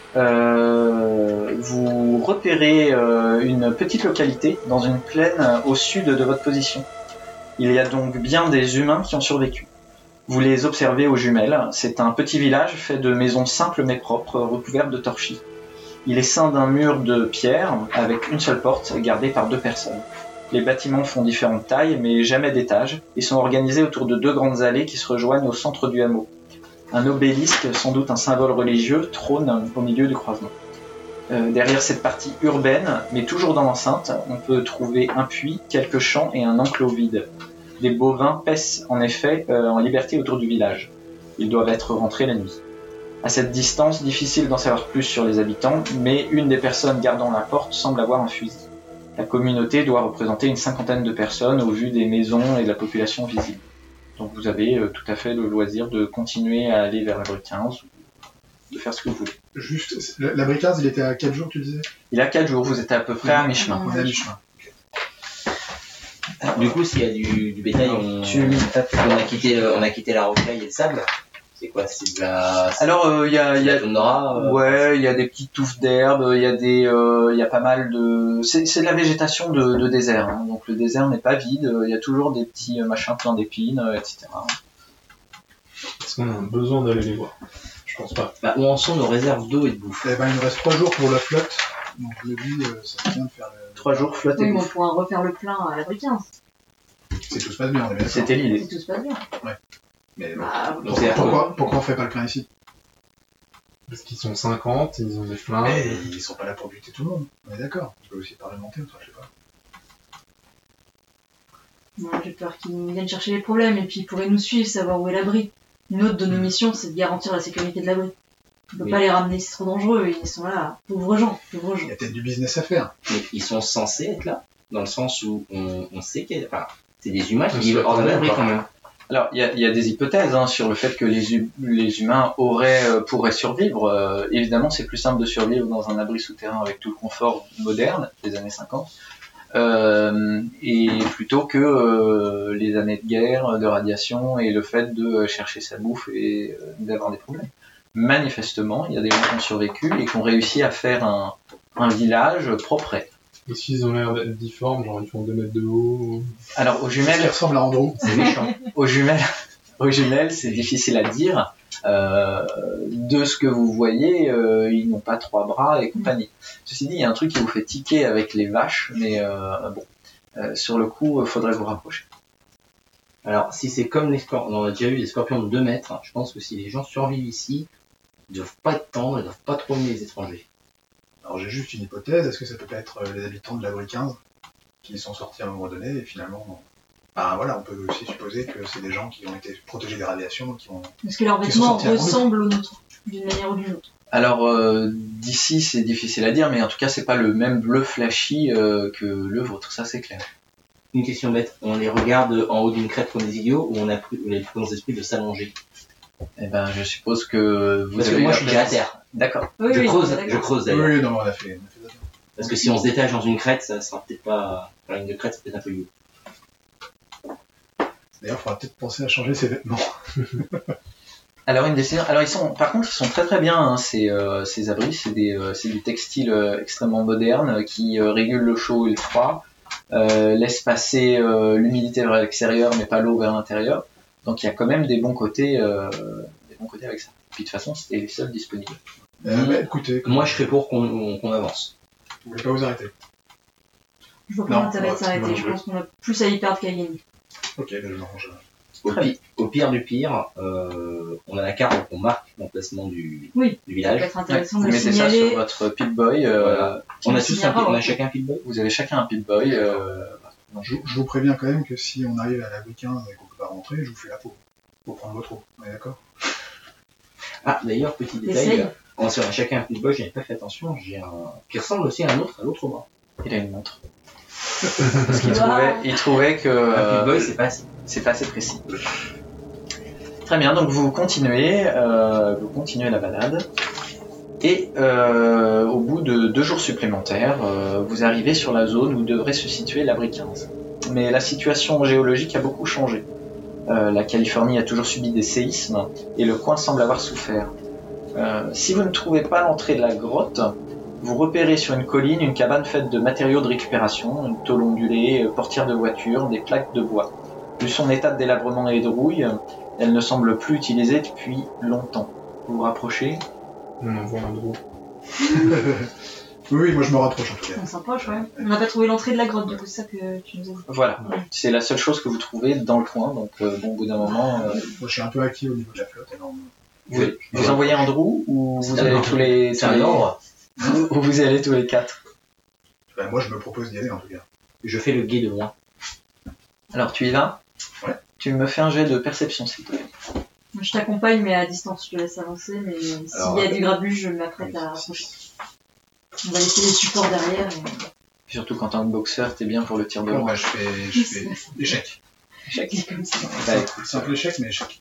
Speaker 7: vous repérez une petite localité dans une plaine au sud de votre position. Il y a donc bien des humains qui ont survécu. Vous les observez aux jumelles. C'est un petit village fait de maisons simples mais propres, recouvertes de torchis. Il est ceint d'un mur de pierre avec une seule porte gardée par 2 personnes. Les bâtiments font différentes tailles mais jamais d'étages et sont organisés autour de 2 grandes allées qui se rejoignent au centre du hameau. Un obélisque, sans doute un symbole religieux, trône au milieu du croisement. Derrière cette partie urbaine, mais toujours dans l'enceinte, on peut trouver un puits, quelques champs et un enclos vide. Des bovins paissent en effet en liberté autour du village. Ils doivent être rentrés la nuit. À cette distance, difficile d'en savoir plus sur les habitants, mais une des personnes gardant la porte semble avoir un fusil. La communauté doit représenter une 50aine de personnes au vu des maisons et de la population visible. Donc vous avez tout à fait le loisir de continuer à aller vers l'abri 15, de faire ce que vous voulez.
Speaker 4: Juste, l'abri 15, il était à 4 jours, tu disais?
Speaker 7: Il y a 4 jours, vous êtes à peu près à mi-chemin.
Speaker 4: On est à mi-chemin.
Speaker 6: Du coup, s'il y a du bétail, on a quitté la rocaille et le sable. C'est quoi? C'est de la...
Speaker 7: Alors, il y a
Speaker 6: la toundra,
Speaker 7: ouais, il y a des petites touffes d'herbe, il y a pas mal de... C'est de la végétation de désert, hein. Donc le désert n'est pas vide, il y a toujours des petits machins pleins d'épines, etc.
Speaker 8: Est-ce qu'on a un besoin d'aller les voir? Je pense pas.
Speaker 6: Bah, où en sont nos réserves d'eau et de bouffe?
Speaker 4: Eh ben, il nous reste 3 jours pour la flotte. Donc, je me dis, ça serait bien de faire
Speaker 7: 3 jours flotte
Speaker 2: Oui,
Speaker 7: et
Speaker 2: mais on
Speaker 7: bouffe.
Speaker 2: pourra refaire le plein à l'abri 15.
Speaker 4: Si tout se passe bien, on est bien d'accord.
Speaker 7: C'était l'idée.
Speaker 2: Si tout se passe bien.
Speaker 4: Mais
Speaker 2: Bah,
Speaker 6: Donc, c'est
Speaker 4: pourquoi on fait pas le plein ici?
Speaker 8: Parce qu'ils sont 50, ils ont des flingues.
Speaker 4: Mais ils sont pas là pour buter tout le monde. On est d'accord. On peut aussi parlementer, enfin, je sais pas.
Speaker 2: moi, j'ai peur qu'ils viennent chercher les problèmes et puis ils pourraient nous suivre, savoir où est l'abri. Une autre de nos missions, c'est de garantir la sécurité de l'abri. On peut
Speaker 6: Oui.
Speaker 2: pas les ramener, c'est trop dangereux. Ils sont là, pauvres gens.
Speaker 4: Il y a peut-être du business à faire.
Speaker 6: Mais ils sont censés être là, dans le sens où on sait qu'il y a... Enfin, c'est des humains qui
Speaker 8: On
Speaker 6: vivent
Speaker 8: se
Speaker 6: hors de
Speaker 8: connaît,
Speaker 6: l'abri
Speaker 8: quoi.
Speaker 6: quand même.
Speaker 7: Alors, il y a des hypothèses sur le fait que les humains pourraient survivre. Évidemment, c'est plus simple de survivre dans un abri souterrain avec tout le confort moderne des années 50, et plutôt que les années de guerre, de radiation et le fait de chercher sa bouffe et d'avoir des problèmes. Manifestement, il y a des gens qui ont survécu et qui ont réussi à faire un village propre.
Speaker 8: Est-ce qu'ils ont l'air d'être difformes, genre ils font 2 mètres de haut?
Speaker 7: Alors, aux
Speaker 4: Qui
Speaker 7: jumelles,
Speaker 4: ressemble à Andrew.
Speaker 6: C'est méchant.
Speaker 7: Aux jumelles, c'est difficile à dire. De ce que vous voyez, ils n'ont pas 3 bras et compagnie. Ceci dit, il y a un truc qui vous fait tiquer avec les vaches, mais sur le coup, faudrait vous rapprocher.
Speaker 6: Alors, si c'est comme les scorpions, on a déjà eu des scorpions de 2 mètres, je pense que si les gens survivent ici, ils doivent pas être tendres, ils doivent pas trop aimer les étrangers.
Speaker 4: Alors j'ai juste une hypothèse, est-ce que ça peut pas être les habitants de l'abri 15 qui sont sortis à un moment donné et finalement... Bah voilà, on peut aussi supposer que c'est des gens qui ont été protégés des radiations, qui ont...
Speaker 2: Parce que leurs
Speaker 4: Qui sont
Speaker 2: vêtements
Speaker 4: sortis avant nous.
Speaker 2: ressemblent aux nôtres, d'une manière ou d'une autre.
Speaker 7: Alors, d'ici, c'est difficile à dire, mais en tout cas, c'est pas le même bleu flashy que le vôtre, ça c'est clair.
Speaker 6: Une question bête, on les regarde en haut d'une crête comme des idiots ou on a pris dans l'esprit de s'allonger?
Speaker 7: Eh ben, je suppose que vous
Speaker 6: Parce que
Speaker 7: avez
Speaker 6: moi
Speaker 7: la
Speaker 6: je suis déjà à
Speaker 7: place.
Speaker 6: terre.
Speaker 7: D'accord.
Speaker 2: Oui,
Speaker 6: je
Speaker 2: oui,
Speaker 6: creuse
Speaker 2: d'accord.
Speaker 6: d'ailleurs.
Speaker 4: Oui, non, on a fait ça.
Speaker 6: Parce que si on se détache dans une crête, ça sera peut-être pas... La ligne de crête, c'est peut-être un peu mieux.
Speaker 4: D'ailleurs, il faudra peut-être penser à changer ses vêtements.
Speaker 7: Alors, une décision. Alors, par contre, ils sont très très bien, ces abris. C'est du textile extrêmement moderne qui régule le chaud et le froid. laisse passer l'humidité vers l'extérieur, mais pas l'eau vers l'intérieur. Donc il y a quand même des bons côtés avec ça. Puis de toute façon, c'était les seuls disponibles.
Speaker 4: Écoutez,
Speaker 6: Moi, je serais pour qu'on avance.
Speaker 4: vous voulez pas vous arrêter?
Speaker 2: Je vois pas
Speaker 4: Non,
Speaker 2: l'intérêt de
Speaker 4: ouais,
Speaker 2: s'arrêter.
Speaker 4: non,
Speaker 2: Je
Speaker 4: ouais.
Speaker 2: pense qu'on a plus à y perdre qu'à gagner.
Speaker 4: Ok, je m'arrange.
Speaker 6: Au pire du pire, on a la carte, donc on marque l'emplacement du
Speaker 2: Oui. Ça peut
Speaker 6: village.
Speaker 2: être intéressant
Speaker 7: Vous
Speaker 2: de le
Speaker 7: mettez ça
Speaker 2: signaler.
Speaker 7: sur votre Pip-Boy.
Speaker 6: Voilà. On a
Speaker 2: Tu
Speaker 6: tous
Speaker 2: signeras,
Speaker 6: on a
Speaker 2: ok.
Speaker 6: chacun un Pip-Boy.
Speaker 7: Vous avez chacun un Pip-Boy.
Speaker 4: Je vous préviens quand même que si on arrive à la Louis XV et qu'on peut pas rentrer, je vous fais la peau. Pour prendre votre eau. On est d'accord?
Speaker 6: Ah, d'ailleurs, petit
Speaker 2: Essaye.
Speaker 6: détail, on a chacun un Pip-Boy, j'avais pas fait attention, j'ai un qui ressemble aussi à un autre, à l'autre bras.
Speaker 7: Il a une montre. Parce qu'il trouvait que
Speaker 6: Un Pip-Boy, c'est pas assez.
Speaker 7: c'est pas assez précis. Très bien, donc vous continuez la balade. Et au bout de 2 jours supplémentaires, vous arrivez sur la zone où devrait se situer l'abri 15. Mais la situation géologique a beaucoup changé. La Californie a toujours subi des séismes et le coin semble avoir souffert. Si vous ne trouvez pas l'entrée de la grotte, vous repérez sur une colline une cabane faite de matériaux de récupération, une tôle ondulée, portière de voiture, des plaques de bois. Vu son état de délabrement et de rouille, elle ne semble plus utilisée depuis longtemps. Vous vous rapprochez.
Speaker 8: On envoie un gros.
Speaker 4: Oui, moi je me rapproche en tout cas.
Speaker 2: On s'approche, ouais. On n'a pas trouvé l'entrée de la grotte, du coup, c'est ça que tu nous as dit.
Speaker 7: Voilà, c'est la seule chose que vous trouvez dans le coin, donc bon, au bout d'un moment...
Speaker 4: Moi je suis un peu acquis au niveau de la flotte, alors.
Speaker 7: Vous envoyez Andrew ou vous allez tous les...
Speaker 6: C'est un ordre.
Speaker 7: Ou vous y allez tous les 4?
Speaker 4: Ben, moi je me propose d'y aller en tout cas.
Speaker 6: Je fais le guet de moi.
Speaker 7: Alors tu y vas?
Speaker 4: Ouais.
Speaker 7: Tu me fais un jet de perception, s'il te plaît.
Speaker 2: Moi, je t'accompagne, mais à distance, je te laisse avancer. Mais s'il
Speaker 6: Alors,
Speaker 2: y a du grabuge, je m'apprête à approcher. On va laisser les supports derrière.
Speaker 7: Surtout quand t'es un boxeur, t'es bien pour le tir de
Speaker 4: Bon,
Speaker 7: loin.
Speaker 4: bah, je fais échec.
Speaker 2: Et comme ça.
Speaker 7: Bah, écoute,
Speaker 4: Simple échec, mais échec.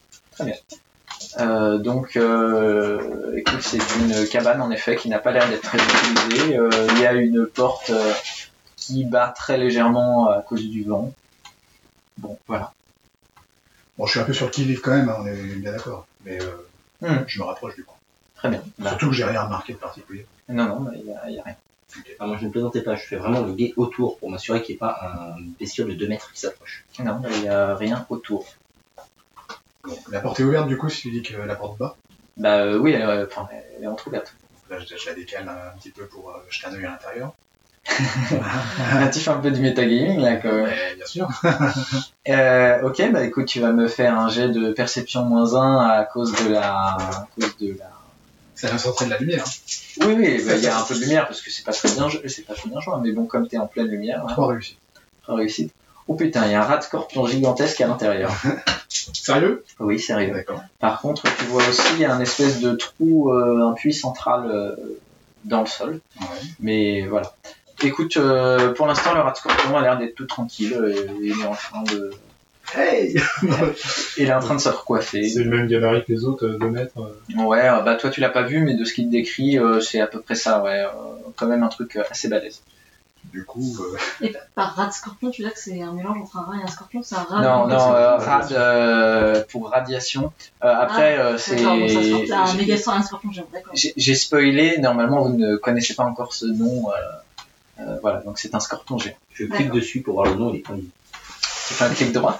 Speaker 7: écoute, c'est une cabane en effet qui n'a pas l'air d'être très utilisée. Il y a une porte qui bat très légèrement à cause du vent. Bon, voilà.
Speaker 4: Bon, je suis un peu sur le qui-vive quand même, hein, on est bien d'accord. Mais je me rapproche du coup.
Speaker 7: Très bien. Bah,
Speaker 4: Surtout que j'ai rien remarqué de particulier.
Speaker 7: non, il y a rien.
Speaker 6: Ah, moi, je ne plaisantais pas, je fais vraiment le guet autour pour m'assurer qu'il n'y ait pas un bestiole de 2 mètres qui s'approche.
Speaker 7: Non, il n'y a rien autour.
Speaker 4: Bon, la porte est ouverte du coup si tu dis que la porte bat.
Speaker 7: Bah oui, elle est entrouverte.
Speaker 4: Là, je la décale un petit peu pour jeter un œil à l'intérieur.
Speaker 7: Tu fais un peu du metagaming là quand même.
Speaker 4: Mais, bien sûr.
Speaker 7: Ok, bah écoute, tu vas me faire un jet de perception -1 à cause de la...
Speaker 4: Ça vient sortir de la lumière. Hein.
Speaker 7: Oui, bah, il y a un peu de lumière parce que c'est pas très bien joué, mais bon, comme t'es en pleine lumière, hein,
Speaker 4: 3 réussites.
Speaker 7: réussite. Oh putain, il y a un rat de scorpion gigantesque à l'intérieur.
Speaker 4: Sérieux?
Speaker 7: Oui, sérieux.
Speaker 4: D'accord.
Speaker 7: Par contre, tu vois aussi un espèce de trou, un puits central dans le sol.
Speaker 4: Ouais.
Speaker 7: Mais voilà. Écoute, pour l'instant, le rat de scorpion a l'air d'être tout tranquille. Il est en train de...
Speaker 4: Hey.
Speaker 7: Il est en train de se recoiffer.
Speaker 8: C'est le même gabarit que les autres, 2 mètres.
Speaker 7: Ouais, bah toi tu l'as pas vu, mais de ce qu'il te décrit, c'est à peu près ça, ouais. Quand même un truc assez balèze.
Speaker 4: Du coup,
Speaker 2: Et par rat de scorpion, tu veux dire que c'est un mélange entre un rat et un scorpion? C'est un rat.
Speaker 7: Non, rad pour radiation. Après, c'est...
Speaker 2: D'accord, bon, ça se porte là, un mégasaure et un scorpion géant, d'accord.
Speaker 7: J'ai spoilé, normalement vous ne connaissez pas encore ce nom. Voilà, donc c'est un scorpion géant.
Speaker 6: Je clique dessus pour voir le nom et les points.
Speaker 7: Tu fais un clic droit.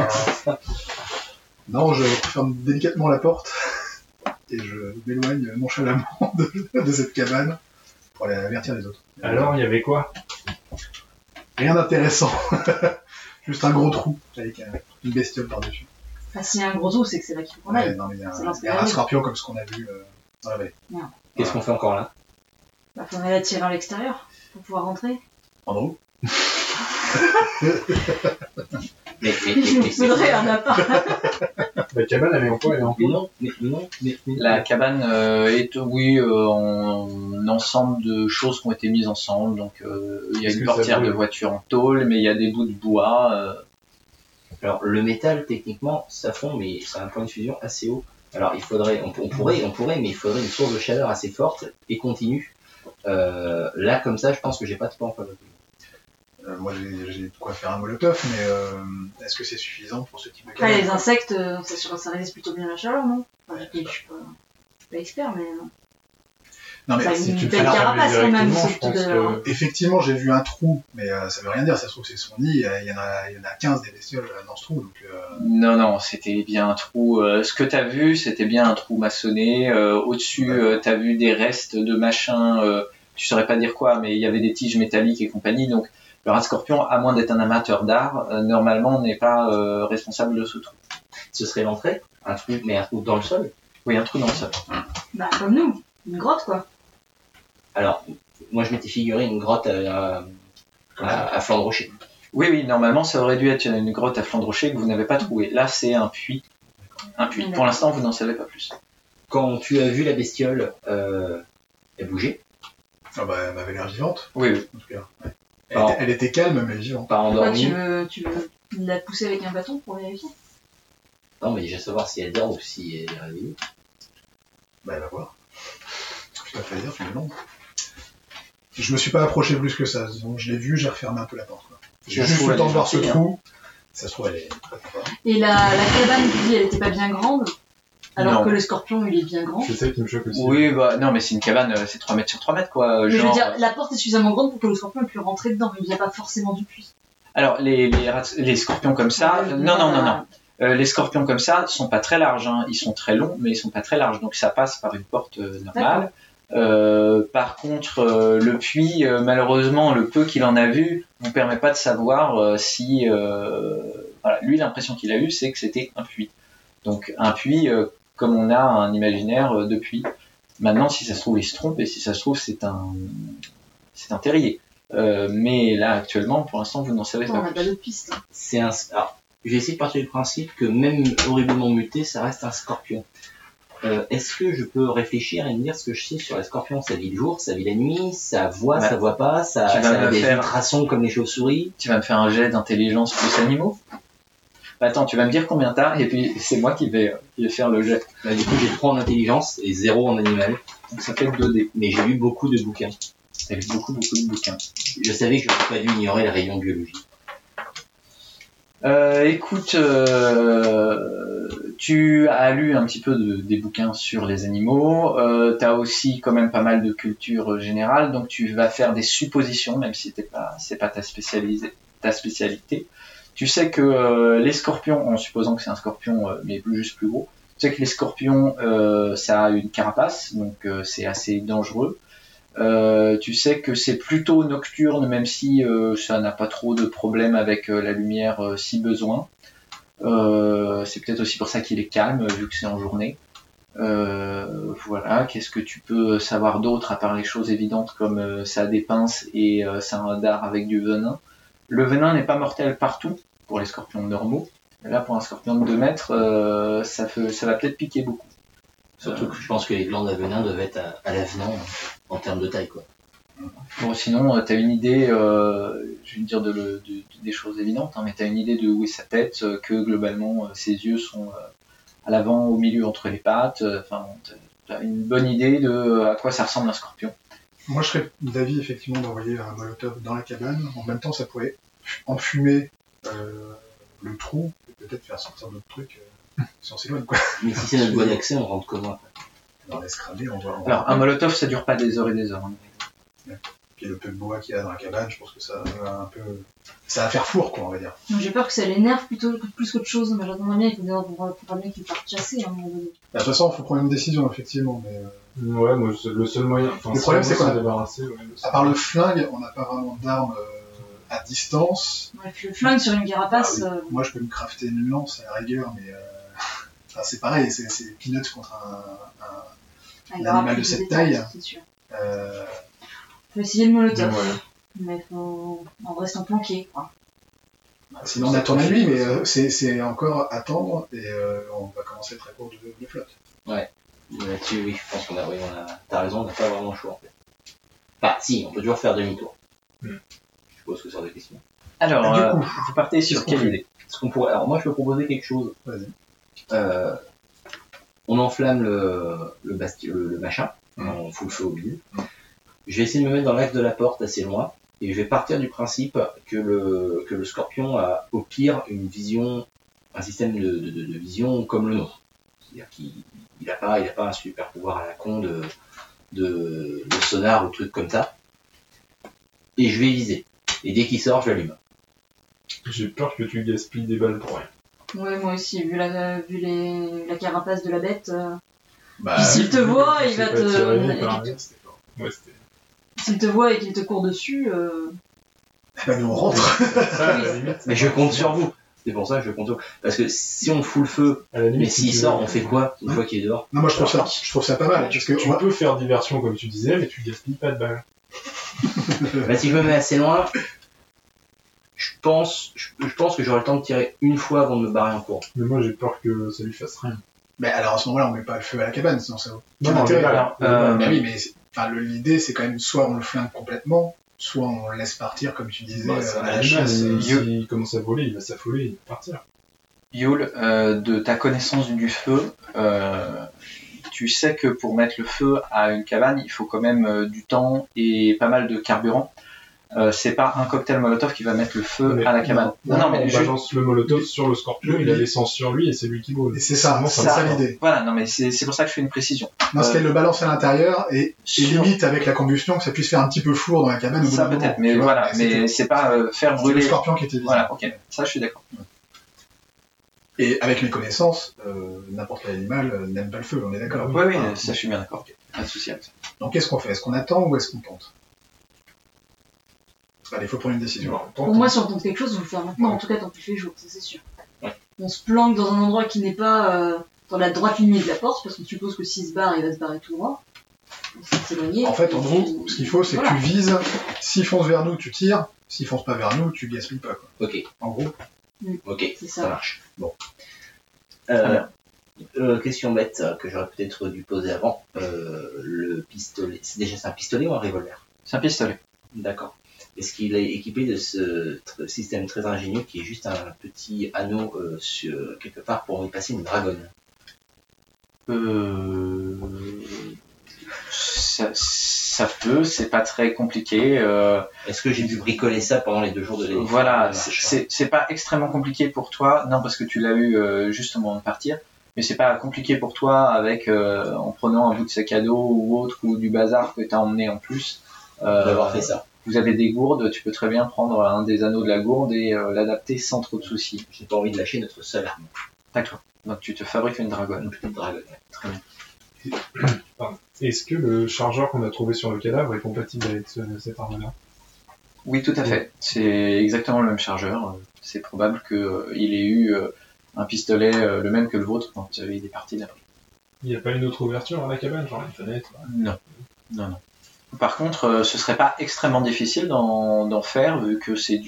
Speaker 4: non, je ferme délicatement la porte et je m'éloigne nonchalamment de cette cabane pour aller avertir les autres.
Speaker 8: Alors, il y avait quoi?
Speaker 4: Rien d'intéressant. Juste un gros trou avec une bestiole par-dessus.
Speaker 2: Enfin, s'il y a un gros trou, c'est que c'est là qu'il faut qu'on
Speaker 4: Ouais,
Speaker 2: aille.
Speaker 4: non, mais il y a
Speaker 2: C'est
Speaker 4: il y a un scorpion comme ce qu'on a vu dans la vallée.
Speaker 6: Qu'est-ce qu'on fait encore là?
Speaker 2: Bah, faudrait la tirer à l'extérieur pour pouvoir rentrer.
Speaker 4: Andrew?
Speaker 6: Mais,
Speaker 2: Faudrait un appart.
Speaker 8: La cabane, elle est en quoi? Elle est en quoi?
Speaker 6: mais
Speaker 7: La cabane est, oui, un ensemble de choses qui ont été mises ensemble. Donc, il y a
Speaker 8: Est-ce
Speaker 7: une
Speaker 8: que ça
Speaker 7: portière de
Speaker 8: brûle?
Speaker 7: voiture en tôle, mais il y a des bouts de bois.
Speaker 6: Alors, le métal, techniquement, ça fond, mais ça a un point de fusion assez haut. Alors, il faudrait, on pourrait, mais il faudrait une source de chaleur assez forte et continue. Là, comme ça, je pense que j'ai pas de plan.
Speaker 4: Moi, j'ai de quoi faire un molotov, mais est-ce que c'est suffisant pour ce type de
Speaker 2: Après,
Speaker 4: cabane?
Speaker 2: les insectes, ça résiste plutôt bien à la chaleur, non? Enfin, je suis pas expert, mais.
Speaker 4: Non, mais
Speaker 2: Ça a
Speaker 4: si
Speaker 2: une
Speaker 4: tu
Speaker 2: belle
Speaker 4: fais
Speaker 2: carapace quand même,
Speaker 8: directement,
Speaker 2: ce
Speaker 8: je pense
Speaker 2: truc de-
Speaker 8: que...
Speaker 4: Effectivement, j'ai vu un trou, mais ça veut rien dire. Ça se trouve, c'est son nid. Il y en a 15 des bestioles dans ce trou. Donc,
Speaker 7: Non, c'était bien un trou. Ce que t'as vu, c'était bien un trou maçonné. Au-dessus, t'as vu des restes de machin. Tu saurais pas dire quoi, mais il y avait des tiges métalliques et compagnie. Donc, le rat scorpion, à moins d'être un amateur d'art, normalement n'est pas responsable de ce trou.
Speaker 6: Ce serait l'entrée, un trou dans le sol.
Speaker 7: Oui, un trou dans le sol.
Speaker 2: Bah, comme nous, une grotte quoi.
Speaker 6: Alors, moi je m'étais figuré une grotte à flanc de rocher.
Speaker 7: Oui, normalement, ça aurait dû être une grotte à flanc de rocher que vous n'avez pas trouvé. Là, c'est un puits. Un puits. Pour l'instant, vous n'en savez pas plus.
Speaker 6: Quand tu as vu la bestiole, elle bougeait,
Speaker 4: ah bah, elle m'avait l'air vivante.
Speaker 7: Oui.
Speaker 4: En tout cas. Ouais.
Speaker 6: Bon.
Speaker 4: Elle était calme, mais vivante.
Speaker 6: pas
Speaker 2: Pourquoi
Speaker 6: endormie.
Speaker 2: tu veux la pousser avec un bâton pour vérifier?
Speaker 6: Non, mais déjà savoir si elle dort ou si elle est réveillée.
Speaker 4: Bah, elle va voir. Je te fais dire, mais non. Je me suis pas approché plus que ça. Disons, je l'ai vu, j'ai refermé un peu la porte. Quoi. J'ai
Speaker 7: Ça se
Speaker 4: juste
Speaker 7: trouve,
Speaker 4: le temps
Speaker 7: elle
Speaker 4: de
Speaker 7: est
Speaker 4: voir ce
Speaker 7: gentille,
Speaker 4: trou. Ça se trouve, elle est très très forte.
Speaker 2: Et la cabane, tu dis, elle était pas bien grande, alors
Speaker 7: Non.
Speaker 2: que le scorpion, il est bien grand.
Speaker 8: C'est ça qui me choque aussi.
Speaker 7: Oui, bah, non, mais c'est une cabane, c'est 3 mètres sur 3 mètres, quoi.
Speaker 2: Mais je veux
Speaker 7: Genre...
Speaker 2: dire, la porte est suffisamment grande pour que le scorpion puisse rentrer dedans, mais il n'y a pas forcément du puits.
Speaker 7: Alors, les scorpions comme ça, non. Les scorpions comme ça sont pas très larges, hein. Ils sont très longs, mais ils sont pas très larges, donc ça passe par une porte normale. Par contre, le puits, malheureusement, le peu qu'il en a vu, ne permet pas de savoir si... voilà. Lui, l'impression qu'il a eue, c'est que c'était un puits. Donc, un puits, comme on a un imaginaire de puits. Maintenant, si ça se trouve, il se trompe, et si ça se trouve, c'est un terrier. Mais là, actuellement, pour l'instant, vous n'en savez
Speaker 2: Attends,
Speaker 7: pas
Speaker 2: on n'a
Speaker 7: plus.
Speaker 2: pas d'autre piste.
Speaker 6: Alors, j'ai essayé de partir du principe que même horriblement muté, ça reste un scorpion. Est-ce que je peux réfléchir et me dire ce que je sais sur les scorpions? Ça vit le jour, ça vit la nuit, ça voit,
Speaker 7: Ouais.
Speaker 6: ça voit pas, ça
Speaker 7: Tu vas
Speaker 6: a
Speaker 7: me
Speaker 6: des
Speaker 7: faire-
Speaker 6: ultrasons comme les chauves-souris.
Speaker 7: Tu vas me faire un jet d'intelligence plus animaux. Attends, tu vas me dire combien t'as, et puis c'est moi qui vais faire le jet.
Speaker 6: Bah, du coup, j'ai 3 en intelligence et 0 en animal.
Speaker 7: Donc ça fait 2D.
Speaker 6: Mais j'ai lu beaucoup de bouquins.
Speaker 7: T'as lu beaucoup de bouquins.
Speaker 6: Je savais que je n'aurais pas dû ignorer le rayon biologie.
Speaker 7: Écoute, tu as lu un petit peu des bouquins sur les animaux, tu as aussi quand même pas mal de culture générale, donc tu vas faire des suppositions, même si c'est pas ta spécialité. Tu sais que les scorpions, en supposant que c'est un scorpion, mais juste plus gros, tu sais que les scorpions, ça a une carapace, donc c'est assez dangereux. Tu sais que c'est plutôt nocturne, même si ça n'a pas trop de problème avec la lumière si besoin. C'est peut-être aussi pour ça qu'il est calme, vu que c'est en journée. Voilà, qu'est-ce que tu peux savoir d'autre, à part les choses évidentes comme ça a des pinces et ça a un dard avec du venin. Le venin n'est pas mortel partout, pour les scorpions normaux. Là, pour un scorpion de 2 mètres, ça va peut-être piquer beaucoup.
Speaker 6: Surtout que je pense que les glandes à venin doivent être à l'avenant en termes de taille, quoi.
Speaker 7: Bon, sinon, tu as une idée, je vais dire des choses évidentes, hein, mais tu as une idée de où est sa tête, que globalement, ses yeux sont à l'avant, au milieu, entre les pattes. Enfin, tu as une bonne idée de à quoi ça ressemble un scorpion.
Speaker 4: Moi, je serais d'avis, effectivement, d'envoyer un molotov dans la cabane. En même temps, ça pourrait enfumer le trou et peut-être faire sortir d'autres trucs si on s'éloigne, quoi.
Speaker 6: Mais si c'est notre voie d'accès, on rentre comment?
Speaker 4: On laisse cramer, on voit.
Speaker 7: Alors, un molotov, ça dure pas des heures et des heures. Hein.
Speaker 4: Puis le peu de bois qu'il y a dans la cabane, je pense que ça va un peu... Ça va faire four, quoi, on va dire.
Speaker 2: Donc j'ai peur que ça l'énerve plus qu'autre chose, mais j'attendrais bien qu'il parte chasser à un moment donné.
Speaker 4: De toute façon, il faut prendre une décision, effectivement, mais...
Speaker 8: Ouais, moi, c'est le seul moyen. Enfin,
Speaker 4: Le problème, c'est qu'on a-
Speaker 8: débarrasser. Ouais,
Speaker 4: À part le flingue, on n'a pas vraiment d'armes à distance.
Speaker 2: Ouais, puis le flingue sur une carapace,
Speaker 4: Ah oui. Moi, je peux me crafter une lance à la rigueur, mais enfin, c'est pareil, c'est peanuts contre
Speaker 2: un
Speaker 4: l'animal
Speaker 2: grappin
Speaker 4: de cette
Speaker 2: détail,
Speaker 4: taille.
Speaker 2: c'est sûr.
Speaker 4: euh,
Speaker 2: Faut essayer le molotov,
Speaker 8: Ouais.
Speaker 2: mais en restant planqué, quoi.
Speaker 4: sinon, on attend la nuit, mais c'est encore attendre et on va commencer très court de flotte.
Speaker 6: Là-dessus, oui, je pense t'as raison, on n'a pas vraiment le choix, en fait. Enfin, si, on peut toujours faire demi-tour. Je suppose que c'est hors de question.
Speaker 7: Alors,
Speaker 4: Du coup,
Speaker 7: vous partez sur
Speaker 4: qu'est-ce qu'on
Speaker 7: quelle
Speaker 4: fait
Speaker 7: idée?
Speaker 6: Alors, moi, je peux proposer quelque chose.
Speaker 4: Vas-y.
Speaker 6: On enflamme le machin, on fout le feu au milieu. Je vais essayer de me mettre dans l'axe de la porte assez loin, et je vais partir du principe que le scorpion a au pire un système de vision comme le nôtre. C'est-à-dire qu'il n'a pas un super pouvoir à la con de sonar ou de trucs comme ça. Et je vais viser. Et dès qu'il sort, je l'allume.
Speaker 8: J'ai peur que tu gaspilles des balles pour rien.
Speaker 2: Ouais, moi aussi, vu la carapace de la bête.
Speaker 9: Bah,
Speaker 2: Puis s'il te voit, il va
Speaker 8: Ouais,
Speaker 2: te.
Speaker 8: c'était...
Speaker 2: S'il te voit et qu'il te court dessus.
Speaker 9: bah, nous on rentre.
Speaker 8: Ça, à la limite,
Speaker 6: Mais je compte sur vous. C'est pour ça que je compte sur vous. Parce que si on fout le feu,
Speaker 8: à la limite,
Speaker 6: mais s'il
Speaker 8: tu
Speaker 6: sort,
Speaker 8: veux-
Speaker 6: on fait quoi une fois qu'il est dehors?
Speaker 9: Non, moi je trouve ça pas mal. Parce que
Speaker 8: Tu peux faire diversion comme tu disais, mais tu gaspilles pas de balles.
Speaker 6: Bah, si je me mets assez loin, je pense que j'aurai le temps de tirer une fois avant de me barrer en courant.
Speaker 8: Mais moi j'ai peur que ça lui fasse rien.
Speaker 9: Mais alors à ce moment-là, on met pas le feu à la cabane, sinon ça vaut.
Speaker 8: Non,
Speaker 9: Quel intérêt,
Speaker 8: les balles,
Speaker 9: alors
Speaker 8: les balles.
Speaker 9: Mais oui, mais enfin, l'idée c'est quand même soit on le flingue complètement, soit on le laisse partir comme tu disais
Speaker 8: Bah, c'est
Speaker 9: à
Speaker 8: un
Speaker 9: la
Speaker 8: animal,
Speaker 9: chasse.
Speaker 8: et s'il commence à voler, il va s'affoler, il va partir.
Speaker 7: Yule, de ta connaissance du feu, tu sais que pour mettre le feu à une cabane, il faut quand même du temps et pas mal de carburant. C'est pas un cocktail Molotov qui va mettre le feu
Speaker 8: Mais
Speaker 7: à la cabane.
Speaker 8: Non,
Speaker 7: Non, mais
Speaker 8: on
Speaker 7: je-
Speaker 8: balance le molotov sur le scorpion, il a l'essence sur lui et c'est lui qui brûle.
Speaker 9: Et c'est ça,
Speaker 8: Sinon,
Speaker 9: c'est
Speaker 8: va
Speaker 9: ça
Speaker 8: pas.
Speaker 9: l'idée.
Speaker 7: Voilà, non mais c'est pour ça que je fais une précision.
Speaker 9: Non, c'est qu'elle le balance à l'intérieur et
Speaker 7: Sur-
Speaker 9: limite avec la combustion que ça puisse faire un petit peu four dans la cabane au bout
Speaker 7: Ça
Speaker 9: d'un moment.
Speaker 7: peut-être, mais
Speaker 9: tu vois.
Speaker 7: voilà,
Speaker 9: Et
Speaker 7: mais c'est pas faire
Speaker 9: c'est le
Speaker 7: brûler.
Speaker 9: scorpion qui était visé.
Speaker 7: Voilà, ok, ça je suis d'accord.
Speaker 9: Et avec mes connaissances, n'importe quel animal n'aime pas le feu, on est d'accord.
Speaker 7: Oui, oui, ça je suis bien d'accord. Pas de souci avec ça.
Speaker 9: Donc qu'est-ce qu'on fait? Est-ce qu'on attend ou est-ce qu'on tente? Allez, il faut prendre une décision.
Speaker 2: Pour moi, si on tente quelque chose, on le fait maintenant, en tout cas tant qu'il fait jour, ça c'est sûr. On se planque dans un endroit qui n'est pas dans la droite lignée de la porte, parce qu'on suppose que s'il se barre, il va se barrer tout droit. On va s'éloigner.
Speaker 9: En fait, en gros, ce qu'il faut, c'est que tu vises. S'il fonce vers nous, tu tires. S'il fonce pas vers nous, tu gaspilles pas. Quoi.
Speaker 6: Ok,
Speaker 9: En gros.
Speaker 6: ok,
Speaker 2: C'est
Speaker 6: ça
Speaker 2: ça.
Speaker 6: marche. Bon. Question bête que j'aurais peut-être dû poser avant. Le pistolet, c'est un pistolet ou un revolver?
Speaker 7: C'est un pistolet.
Speaker 6: D'accord. Est-ce qu'il est équipé de ce système très ingénieux qui est juste un petit anneau quelque part pour y passer une dragonne?
Speaker 7: Ça peut, c'est pas très compliqué.
Speaker 6: Est-ce que j'ai dû bricoler ça pendant les 2 jours de
Speaker 7: Voilà,
Speaker 6: marche?
Speaker 7: c'est pas extrêmement compliqué pour toi, non parce que tu l'as eu juste au moment de partir, mais c'est pas compliqué pour toi avec en prenant un bout de sac à dos ou autre ou du bazar que t'as emmené en plus.
Speaker 6: D'avoir fait ça.
Speaker 7: Vous avez des gourdes, tu peux très bien prendre un des anneaux de la gourde et l'adapter sans trop de soucis.
Speaker 6: J'ai pas envie de lâcher notre seule arme.
Speaker 7: D'accord. Donc tu te fabriques une dragonne.
Speaker 6: Une petite dragonne. Ouais. Très bien.
Speaker 8: Est-ce que le chargeur qu'on a trouvé sur le cadavre est compatible avec cette arme-là?
Speaker 7: Oui, tout à fait. C'est exactement le même chargeur. C'est probable qu'il ait eu un pistolet le même que le vôtre quand il est parti d'abri.
Speaker 8: Il n'y a pas une autre ouverture à la cabane, genre une fenêtre?
Speaker 7: Non. Non, non. Par contre, ce serait pas extrêmement difficile d'en faire vu que c'est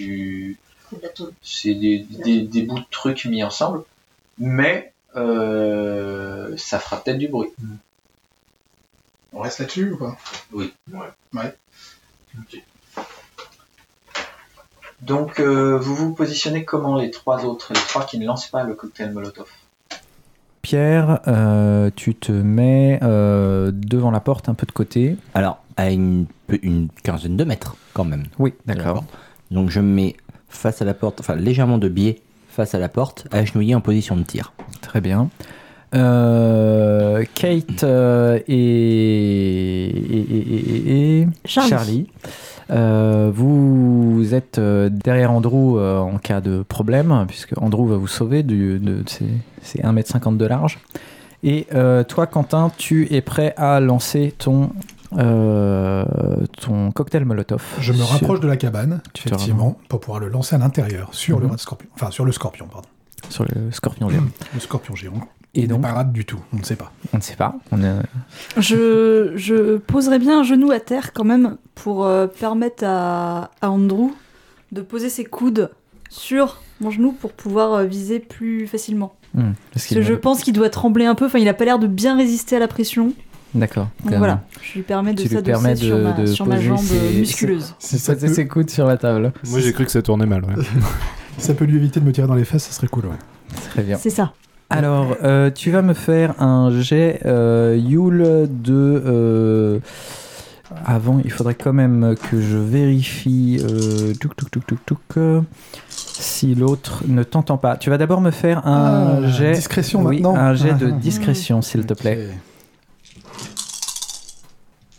Speaker 7: des bouts de trucs mis ensemble, mais ça fera peut-être du bruit.
Speaker 9: On reste là-dessus ou pas?
Speaker 6: Oui.
Speaker 9: Ouais.
Speaker 8: Ok.
Speaker 7: Donc vous vous positionnez comment les trois qui ne lancent pas le cocktail Molotov?
Speaker 1: Pierre, tu te mets devant la porte un peu de côté.
Speaker 5: Alors, à une quinzaine de mètres, quand même.
Speaker 1: Oui,
Speaker 5: de la
Speaker 1: d'accord.
Speaker 5: porte. Donc, je me mets face à la porte, enfin, légèrement de biais face à la porte, agenouillé en position de tir.
Speaker 1: Très bien. Kate et Charlie. Vous êtes derrière Andrew en cas de problème, puisque Andrew va vous sauver c'est 1m50 de large. Et toi, Quentin, tu es prêt à lancer ton cocktail Molotov.
Speaker 4: Je me rapproche de la cabane,
Speaker 1: Tu te
Speaker 4: effectivement, pour pouvoir le lancer à l'intérieur, sur le rat de scorpion. Enfin, sur le scorpion, pardon.
Speaker 1: Sur le scorpion géant.
Speaker 4: Le scorpion géant.
Speaker 1: Et
Speaker 4: Il
Speaker 1: donc,
Speaker 4: n'est pas rate du tout, on ne sait pas.
Speaker 1: on ne sait pas.
Speaker 2: Je poserais bien un genou à terre quand même pour permettre à Andrew de poser ses coudes sur mon genou pour pouvoir viser plus facilement. Parce que je pense qu'il doit trembler un peu, enfin il a pas l'air de bien résister à la pression.
Speaker 1: D'accord.
Speaker 2: Donc voilà, je lui permets de
Speaker 1: Tu lui
Speaker 2: s'adosser
Speaker 1: permets
Speaker 2: sur ma
Speaker 1: poser
Speaker 2: jambe
Speaker 1: ses-
Speaker 2: musculeuse.
Speaker 4: Si ça,
Speaker 1: Poser ses coudes sur la table.
Speaker 3: Moi j'ai cru que ça tournait mal. Ouais.
Speaker 4: ça peut lui éviter de me tirer dans les fesses, ça serait cool, ouais.
Speaker 1: Très bien.
Speaker 2: C'est ça.
Speaker 1: Alors, tu vas me faire un jet Yule de... Avant, il faudrait quand même que je vérifie si l'autre ne t'entend pas. Tu vas d'abord me faire un jet...
Speaker 4: Discrétion
Speaker 1: Oui,
Speaker 4: maintenant.
Speaker 1: un jet de discrétion, s'il te plaît.
Speaker 4: Ok.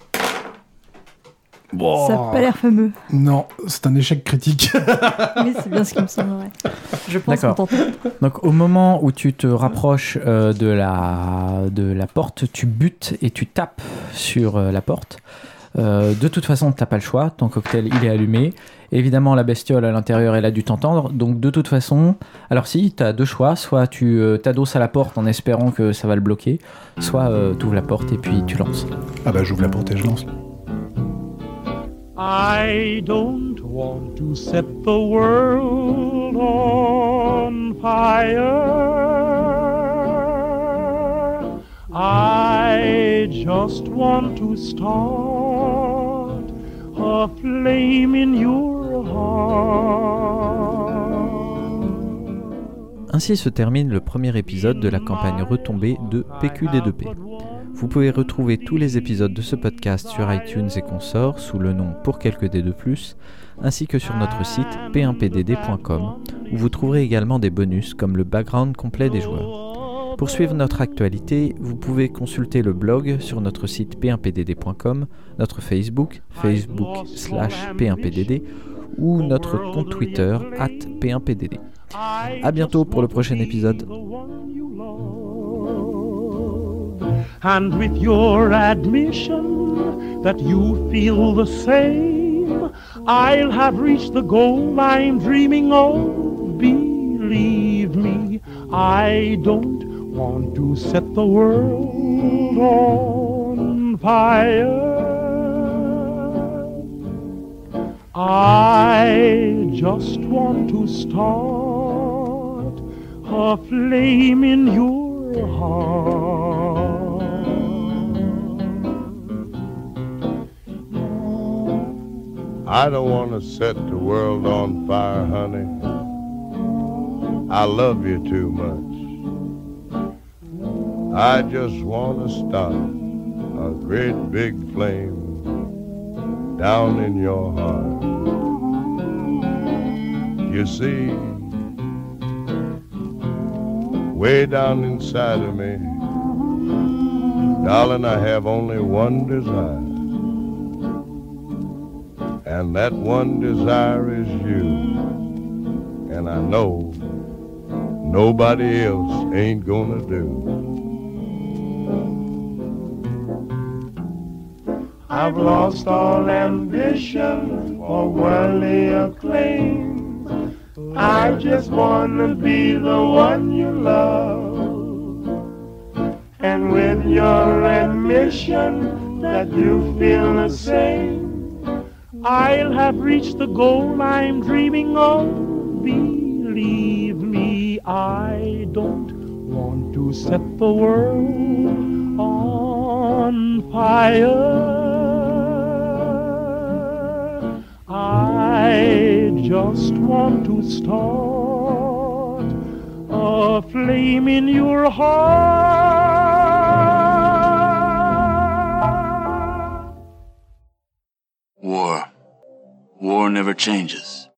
Speaker 2: Ça n'a pas l'air fameux.
Speaker 4: Non, c'est un échec critique.
Speaker 2: Oui, c'est bien ce qui me semblerait. Je pense qu'on t'entend.
Speaker 1: Donc au moment où tu te rapproches de la porte, tu butes et tu tapes sur la porte. De toute façon, t'as pas le choix, ton cocktail il est allumé. Évidemment, la bestiole à l'intérieur, elle a dû t'entendre. Donc de toute façon, alors si, t'as deux choix. Soit tu t'adosses à la porte en espérant que ça va le bloquer, soit t'ouvres la porte et puis tu lances.
Speaker 4: Ah bah j'ouvre la porte et je lance.
Speaker 10: I don't want to set the world on fire. I just want to start a flame in your heart.
Speaker 1: Ainsi se termine le premier épisode de la campagne retombée de PQD2P. Vous pouvez retrouver tous les épisodes de ce podcast sur iTunes et consorts sous le nom Pour quelques dés de plus, ainsi que sur notre site p1pdd.com, où vous trouverez également des bonus comme le background complet des joueurs. Pour suivre notre actualité, vous pouvez consulter le blog sur notre site p1pdd.com, notre Facebook, facebook.com/p1pdd, ou notre compte Twitter @p1pdd. À bientôt pour le prochain épisode.
Speaker 10: And with your admission that you feel the same, I'll have reached the goal I'm dreaming of. Believe me, I don't want to set the world on fire. I just want to start a flame in your heart.
Speaker 11: I don't want to set the world on fire, honey. I love you too much. I just want to start a great big flame down in your heart. You see, way down inside of me, darling, I have only one desire. And that one desire is you. And I know nobody else ain't gonna do.
Speaker 10: I've lost all ambition for worldly acclaim. I just wanna be the one you love. And with your admission that you feel the same, I'll have reached the goal I'm dreaming of. Believe me, I don't want to set the world on fire. I just want to start a flame in your heart.
Speaker 12: War never changes.